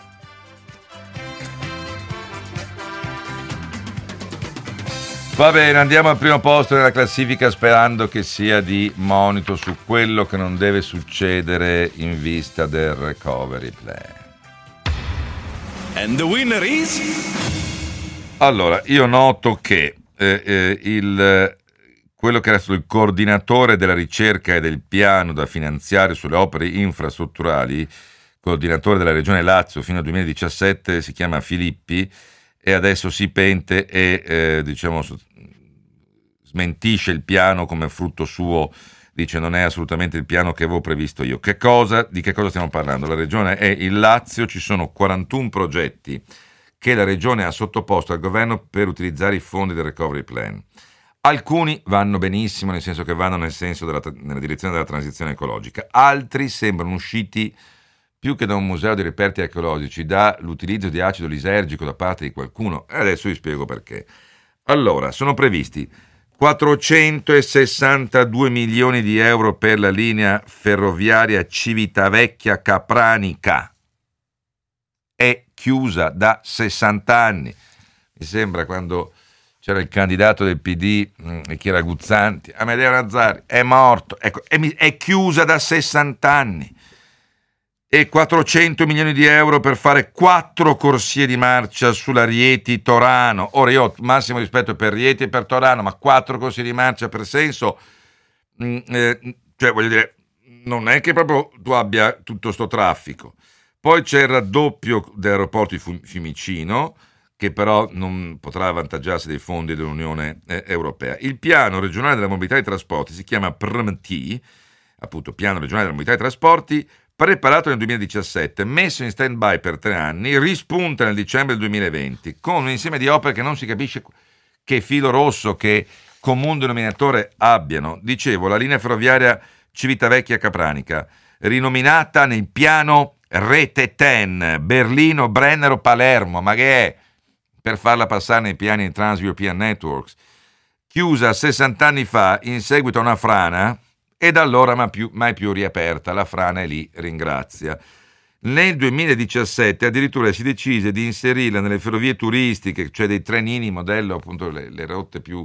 Va bene, andiamo al primo posto della classifica, sperando che sia di monito su quello che non deve succedere in vista del recovery plan.
And the winner is...
Allora, io noto che eh, eh, il, quello che era stato il coordinatore della ricerca e del piano da finanziare sulle opere infrastrutturali, coordinatore della regione Lazio fino al duemiladiciassette, si chiama Filippi, e adesso si pente e eh, diciamo smentisce il piano come frutto suo, dice non è assolutamente il piano che avevo previsto io. Che cosa, di che cosa stiamo parlando? La regione è il Lazio, ci sono quarantuno progetti che la regione ha sottoposto al governo per utilizzare i fondi del recovery plan. Alcuni vanno benissimo, nel senso che vanno nel senso della, nella direzione della transizione ecologica, altri sembrano usciti più che da un museo di reperti archeologici, dall'utilizzo di acido lisergico da parte di qualcuno, e adesso vi spiego perché. Allora, sono previsti quattrocentosessantadue milioni di euro per la linea ferroviaria Civitavecchia-Capranica, è chiusa da sessanta anni. Mi sembra quando c'era il candidato del P D, mh, e chi era Guzzanti, Amedeo Nazzari, è morto, ecco, è, è chiusa da sessanta anni. E quattrocento milioni di euro per fare quattro corsie di marcia sulla Rieti-Torano. Ora io ho massimo rispetto per Rieti e per Torano, ma quattro corsie di marcia per senso, mh, eh, cioè voglio dire, non è che proprio tu abbia tutto sto traffico. Poi c'è il raddoppio dell'aeroporto di Fiumicino, che però non potrà avvantaggiarsi dei fondi dell'Unione eh, Europea. Il piano regionale della mobilità e trasporti si chiama P R M T, appunto piano regionale della mobilità e trasporti, preparato nel duemiladiciassette, messo in stand-by per tre anni, rispunta nel dicembre del duemilaventi, con un insieme di opere che non si capisce che filo rosso, che comune denominatore abbiano. Dicevo, la linea ferroviaria Civitavecchia-Capranica, rinominata nel piano Rete dieci, Berlino-Brennero-Palermo, ma che è? Per farla passare nei piani di Trans-European Networks, chiusa sessanta anni fa in seguito a una frana, e da allora mai più, mai più riaperta. La frana è lì, ringrazia. Nel duemiladiciassette addirittura si decise di inserirla nelle ferrovie turistiche, cioè dei trenini modello, appunto le, le rotte più,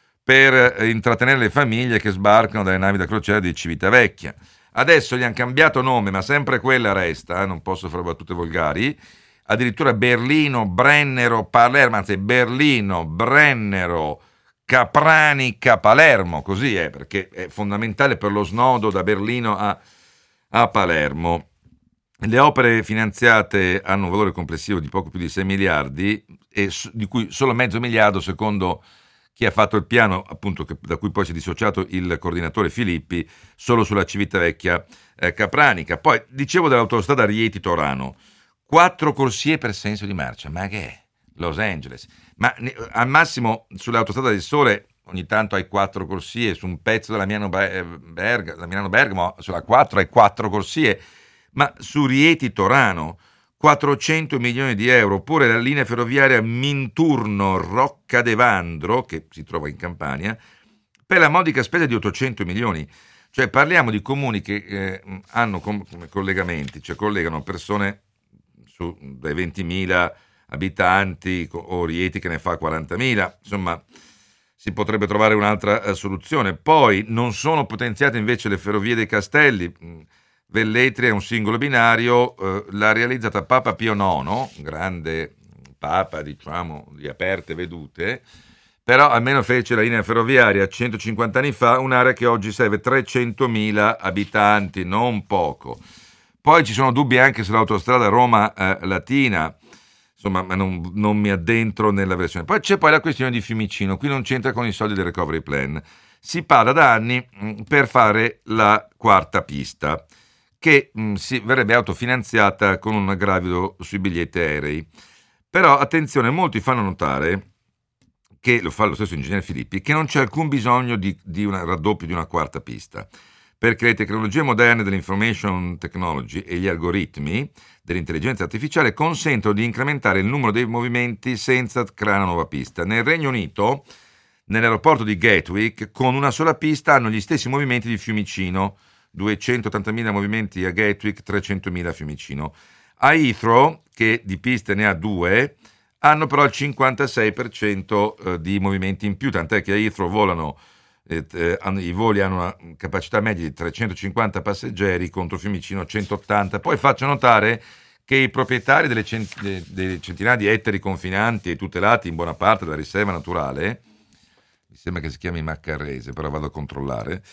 per intrattenere le famiglie che sbarcano dalle navi da crociera di Civitavecchia. Adesso gli hanno cambiato nome, ma sempre quella resta, eh, non posso fare battute volgari. Addirittura Berlino, Brennero, Palermo, anzi Berlino, Brennero, Capranica, Palermo, così è, perché è fondamentale per lo snodo da Berlino a, a Palermo. Le opere finanziate hanno un valore complessivo di poco più di sei miliardi, e di cui solo mezzo miliardo, secondo chi ha fatto il piano, appunto, che, da cui poi si è dissociato il coordinatore Filippi, solo sulla Civitavecchia eh, Capranica. Poi dicevo dell'autostrada Rieti-Torano, quattro corsie per senso di marcia, ma che è? Los Angeles, ma al massimo sull'autostrada del Sole ogni tanto hai quattro corsie, su un pezzo della Milano-Bergamo, Milano-Bergamo sulla quattro hai quattro corsie, ma su Rieti-Torano quattrocento milioni di euro, oppure la linea ferroviaria Minturno-Roccadevandro, che si trova in Campania, per la modica spesa di ottocento milioni. Cioè parliamo di comuni che eh, hanno com- come collegamenti, cioè collegano persone su, dai ventimila abitanti, o Rieti che ne fa quarantamila, insomma si potrebbe trovare un'altra eh, soluzione. Poi non sono potenziate invece le ferrovie dei Castelli. Velletri è un singolo binario, eh, l'ha realizzata Papa Pio nono, grande papa, diciamo, di aperte vedute, però almeno fece la linea ferroviaria centocinquanta anni fa, un'area che oggi serve trecentomila abitanti, non poco. Poi ci sono dubbi anche sull'autostrada Roma-Latina, eh, insomma, ma non, non mi addentro nella versione. Poi c'è poi la questione di Fiumicino, qui non c'entra con i soldi del recovery plan. Si parla da anni mh, per fare la quarta pista, che mh, si verrebbe autofinanziata con un aggravio sui biglietti aerei. Però attenzione, molti fanno notare, che lo fa lo stesso ingegnere Filippi, che non c'è alcun bisogno di, di un raddoppio di una quarta pista, perché le tecnologie moderne dell'information technology e gli algoritmi dell'intelligenza artificiale consentono di incrementare il numero dei movimenti senza creare una nuova pista. Nel Regno Unito, nell'aeroporto di Gatwick, con una sola pista hanno gli stessi movimenti di Fiumicino, duecentottantamila movimenti a Gatwick, trecentomila a Fiumicino. A Heathrow, che di piste ne ha due, hanno però il cinquantasei per cento di movimenti in più, tant'è che a Heathrow volano, eh, eh, i voli hanno una capacità media di trecentocinquanta passeggeri contro Fiumicino centottanta. Poi faccio notare che i proprietari delle, cent- delle centinaia di ettari confinanti e tutelati in buona parte dalla riserva naturale, mi sembra che si chiami Maccarrese, però vado a controllare,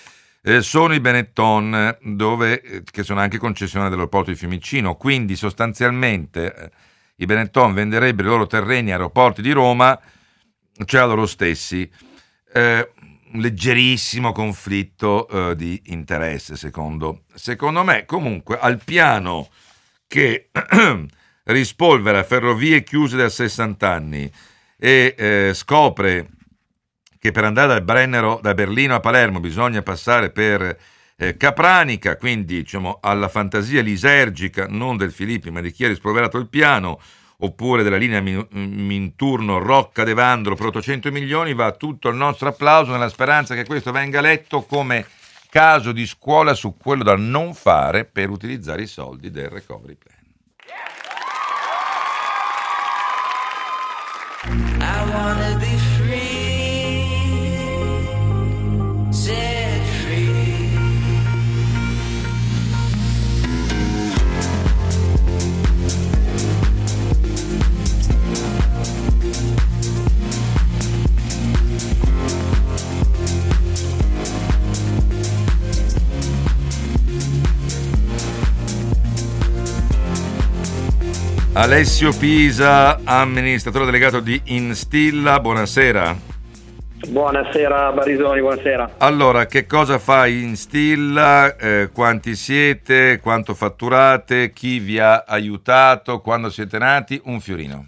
eh, sono i Benetton, dove, eh, che sono anche concessionari dell'aeroporto di Fiumicino, quindi sostanzialmente eh, i Benetton venderebbero i loro terreni a aeroporti di Roma, cioè a loro stessi. Eh, un leggerissimo conflitto eh, di interesse, secondo, secondo me. Comunque, al piano che rispolvera ferrovie chiuse da sessanta anni e eh, scopre che per andare dal Brennero, da Berlino a Palermo, bisogna passare per eh, Capranica, quindi diciamo alla fantasia lisergica non del Filippi ma di chi ha rispolverato il piano, oppure della linea Minturno Rocca De Vandro per ottocento milioni, va tutto il nostro applauso nella speranza che questo venga letto come caso di scuola su quello da non fare per utilizzare i soldi del Recovery Plan. I wanna be free, set free. Alessio Pisa, amministratore delegato di Instilla, buonasera.
Buonasera Barisoni, buonasera.
Allora, che cosa fa Instilla? Eh, quanti siete? Quanto fatturate? Chi vi ha aiutato? Quando siete nati? Un fiorino.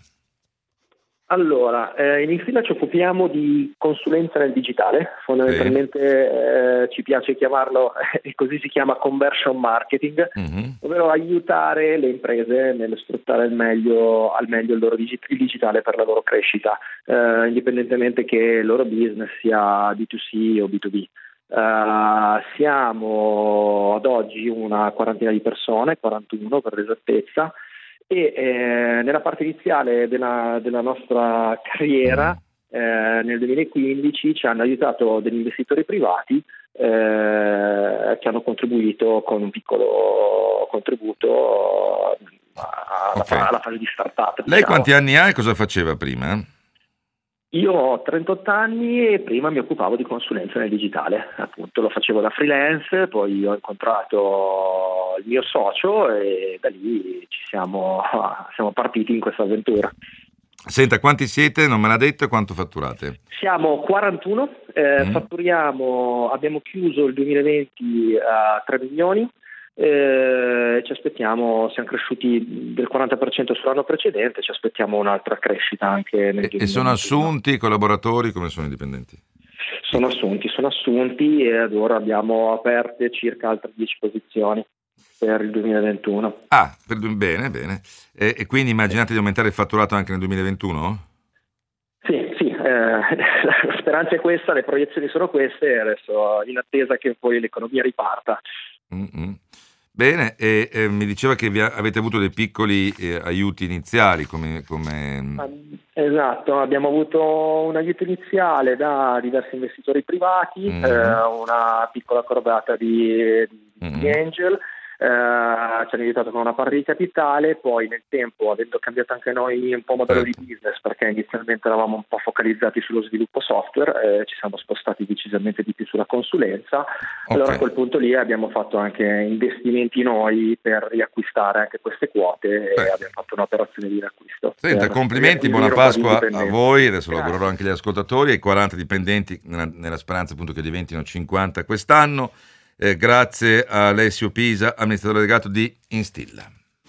Allora, eh, in Instilla ci occupiamo di consulenza nel digitale, fondamentalmente eh, ci piace chiamarlo, e così si chiama conversion marketing, mm-hmm. ovvero aiutare le imprese nello sfruttare al meglio, al meglio il loro digi- il digitale per la loro crescita, eh, indipendentemente che il loro business sia B due C o B due B. Uh, siamo ad oggi una quarantina di persone, quarantuno per l'esattezza, e eh, nella parte iniziale della, della nostra carriera eh, nel duemilaquindici ci hanno aiutato degli investitori privati eh, che hanno contribuito con un piccolo contributo alla, okay. alla fase di startup.
Lei
diciamo.
Quanti anni ha e cosa faceva prima?
Io ho trentotto anni e prima mi occupavo di consulenza nel digitale, appunto lo facevo da freelance, poi ho incontrato il mio socio e da lì ci siamo, siamo partiti in questa avventura.
Senta, quanti siete? Non me l'ha detto, e quanto fatturate?
Siamo quarantuno, eh, mm. fatturiamo, abbiamo chiuso il duemilaventi a tre milioni. Eh, ci aspettiamo, siamo cresciuti del quaranta per cento sull'anno precedente, ci aspettiamo un'altra crescita anche nel duemilaventi.
E sono assunti i collaboratori, come sono i dipendenti?
Sono assunti, sono assunti e ad ora abbiamo aperte circa altre dieci posizioni per il duemilaventuno.
Ah, per, bene, bene. E, e quindi immaginate di aumentare il fatturato anche nel duemilaventuno?
Sì, sì, eh, la speranza è questa, le proiezioni sono queste, adesso in attesa che poi l'economia riparta.
Mm-hmm. Bene, e eh, mi diceva che vi a- avete avuto dei piccoli eh, aiuti iniziali come, come...
Esatto, abbiamo avuto un aiuto iniziale da diversi investitori privati, mm-hmm. eh, una piccola cordata di, di mm-hmm. angel, eh, ci hanno aiutato con una parte di capitale, poi nel tempo, avendo cambiato anche noi un po' modello certo. di business, perché inizialmente eravamo un po' focalizzati sullo sviluppo software, eh, ci siamo spostati decisamente di più sulla consulenza, okay. allora a quel punto lì abbiamo fatto anche investimenti noi per riacquistare anche queste quote Beh. e abbiamo fatto un'operazione di riacquisto.
Senta, complimenti, buona Pasqua a voi, adesso lo augurerò anche agli ascoltatori, ai quaranta dipendenti, nella, nella speranza appunto che diventino cinquanta quest'anno. Eh, grazie a Alessio Pisa, amministratore delegato di Instilla.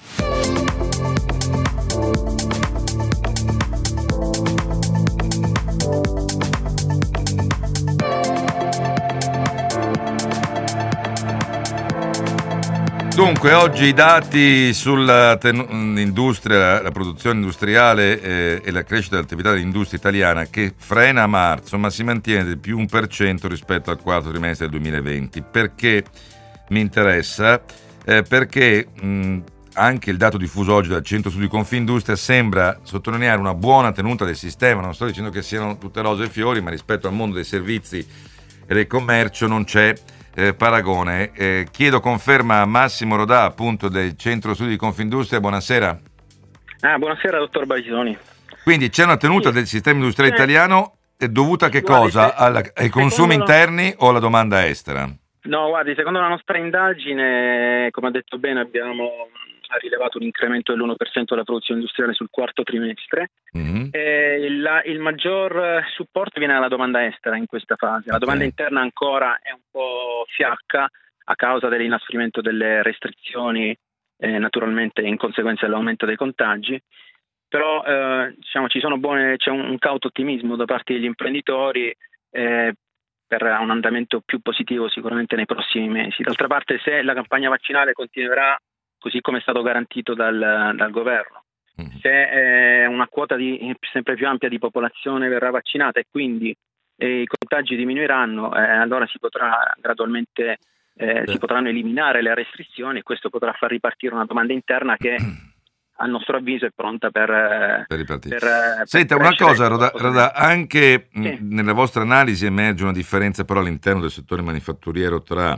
Dunque, oggi i dati sull'industria, la produzione industriale eh, e la crescita dell'attività dell'industria italiana, che frena a marzo ma si mantiene del più un per cento rispetto al quarto trimestre del duemilaventi. Perché mi interessa? Eh, perché mh, anche il dato diffuso oggi dal Centro Studi Confindustria sembra sottolineare una buona tenuta del sistema. Non sto dicendo che siano tutte rose e fiori, ma rispetto al mondo dei servizi e del commercio non c'è Eh, paragone. Eh, chiedo conferma a Massimo Rodà, appunto del Centro Studi di Confindustria. Buonasera.
Ah, buonasera dottor Barisoni.
Quindi c'è una tenuta sì. del sistema industriale eh. italiano dovuta a che cosa? Alla, ai consumi interni o alla domanda estera?
No, guardi, secondo la nostra indagine, come ha detto bene, abbiamo rilevato un incremento dell'uno per cento della produzione industriale sul quarto trimestre. Mm-hmm. E il, il maggior supporto viene dalla domanda estera in questa fase. La okay. domanda interna ancora è un po' fiacca a causa dell'inasprimento delle restrizioni, eh, naturalmente in conseguenza dell'aumento dei contagi. Però eh, diciamo ci sono buone, c'è un, un cauto ottimismo da parte degli imprenditori eh, per un andamento più positivo sicuramente nei prossimi mesi. D'altra parte, se la campagna vaccinale continuerà così come è stato garantito dal, dal governo, mm. se eh, una quota di, sempre più ampia di popolazione verrà vaccinata e quindi eh, i contagi diminuiranno, eh, allora si potrà gradualmente eh, si potranno eliminare le restrizioni e questo potrà far ripartire una domanda interna che a nostro avviso è pronta per,
per ripartire.
Per,
Senta,
per
una cosa, Roda, Roda, anche
sì.
mh, nella vostra analisi emerge una differenza però all'interno del settore manifatturiero tra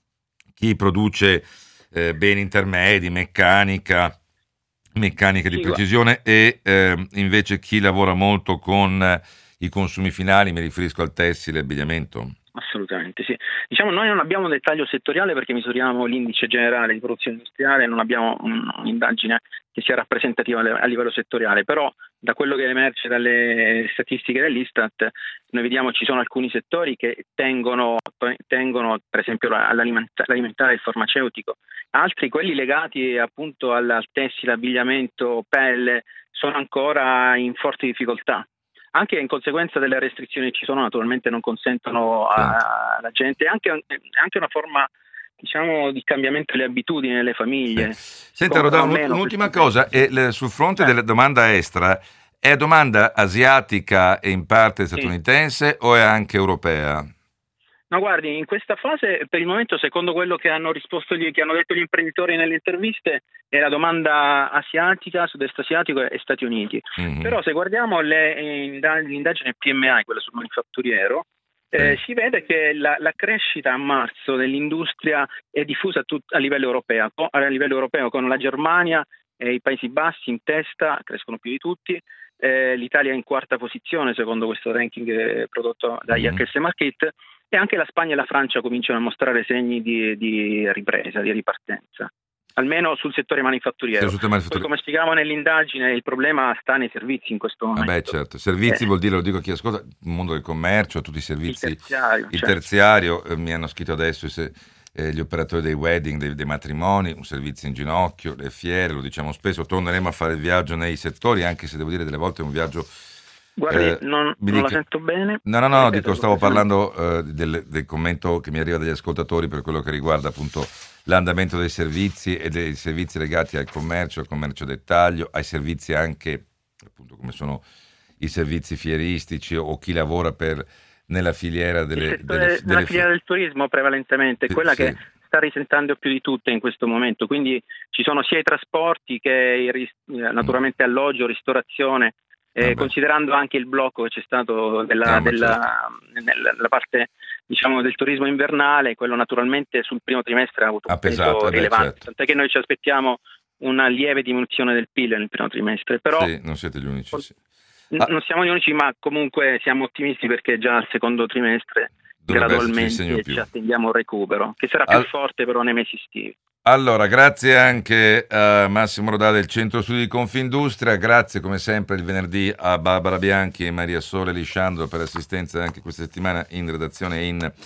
chi produce eh, beni intermedi, meccanica, meccanica di sì, precisione guarda. e eh, invece chi lavora molto con eh, i consumi finali, mi riferisco al tessile e abbigliamento.
Assolutamente sì. Diciamo noi non abbiamo un dettaglio settoriale perché misuriamo l'indice generale di produzione industriale, non abbiamo un'indagine che sia rappresentativa a livello settoriale, però da quello che emerge dalle statistiche dell'Istat noi vediamo ci sono alcuni settori che tengono, tengono per esempio l'alimentare e il farmaceutico, altri, quelli legati appunto al, al tessile, abbigliamento, pelle, sono ancora in forte difficoltà. Anche in conseguenza delle restrizioni che ci sono, naturalmente non consentono alla gente, anche, anche una forma diciamo di cambiamento delle abitudini nelle famiglie.
Sì. Senta Roda, un'ultima cosa, e le, sul fronte eh. della domanda estera, è domanda asiatica e in parte statunitense sì. o è anche europea?
No, guardi, in questa fase per il momento, secondo quello che hanno risposto gli, che hanno detto gli imprenditori nelle interviste, è la domanda asiatica, sud-est asiatico e Stati Uniti. Mm-hmm. Però se guardiamo le, l'indagine P M I, quella sul manifatturiero, eh, mm. si vede che la, la crescita a marzo dell'industria è diffusa a, tut, a livello europeo, a livello europeo con la Germania e i Paesi Bassi in testa, crescono più di tutti. Eh, L'Italia è in quarta posizione secondo questo ranking prodotto da I H S Markit e anche la Spagna e la Francia cominciano a mostrare segni di, di ripresa, di ripartenza, almeno sul settore manifatturiero. Sul manifatturiero. Poi, come spiegavamo nell'indagine, il problema sta nei servizi in questo momento.
Ah beh, certo. Servizi eh. vuol dire, lo dico a chi ascolta, il mondo del commercio, tutti i servizi.
Il terziario.
Il
certo.
terziario eh, mi hanno scritto adesso se, eh, gli operatori dei wedding, dei, dei matrimoni, un servizio in ginocchio, le fiere, lo diciamo spesso, torneremo a fare il viaggio nei settori, anche se devo dire delle volte è un viaggio...
Guardi,
eh,
non, non
dica...
la sento bene.
No, no, no, dico, stavo parlando eh, del, del commento che mi arriva dagli ascoltatori per quello che riguarda appunto l'andamento dei servizi e dei servizi legati al commercio, al commercio dettaglio, ai servizi anche appunto come sono i servizi fieristici o chi lavora per nella filiera delle,
Il
delle,
nella
delle
filiera del turismo prevalentemente, quella sì. che sta risentendo più di tutte in questo momento, quindi ci sono sia i trasporti che i, naturalmente alloggio, ristorazione. Eh, considerando anche il blocco che c'è stato della, no, della, nella parte diciamo del turismo invernale, quello naturalmente sul primo trimestre ha avuto un
pesato,
peso
beh,
rilevante,
certo.
tant'è che noi ci aspettiamo una lieve diminuzione del P I L nel primo trimestre, però
sì, non siete gli unici. Sì.
N- ah. Non siamo gli unici, ma comunque siamo ottimisti perché già al secondo trimestre
dovrebbe
gradualmente ci attendiamo un recupero, che sarà più al... forte però nei mesi estivi.
Allora, grazie anche a Massimo Rodà del Centro Studi di Confindustria, grazie come sempre il venerdì a Barbara Bianchi e Maria Sole Lisciandro per l'assistenza anche questa settimana in redazione e in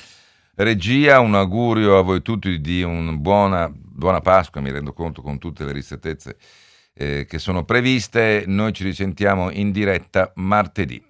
regia. Un augurio a voi tutti di una buona, buona Pasqua, mi rendo conto con tutte le ristrettezze eh, che sono previste. Noi ci risentiamo in diretta martedì.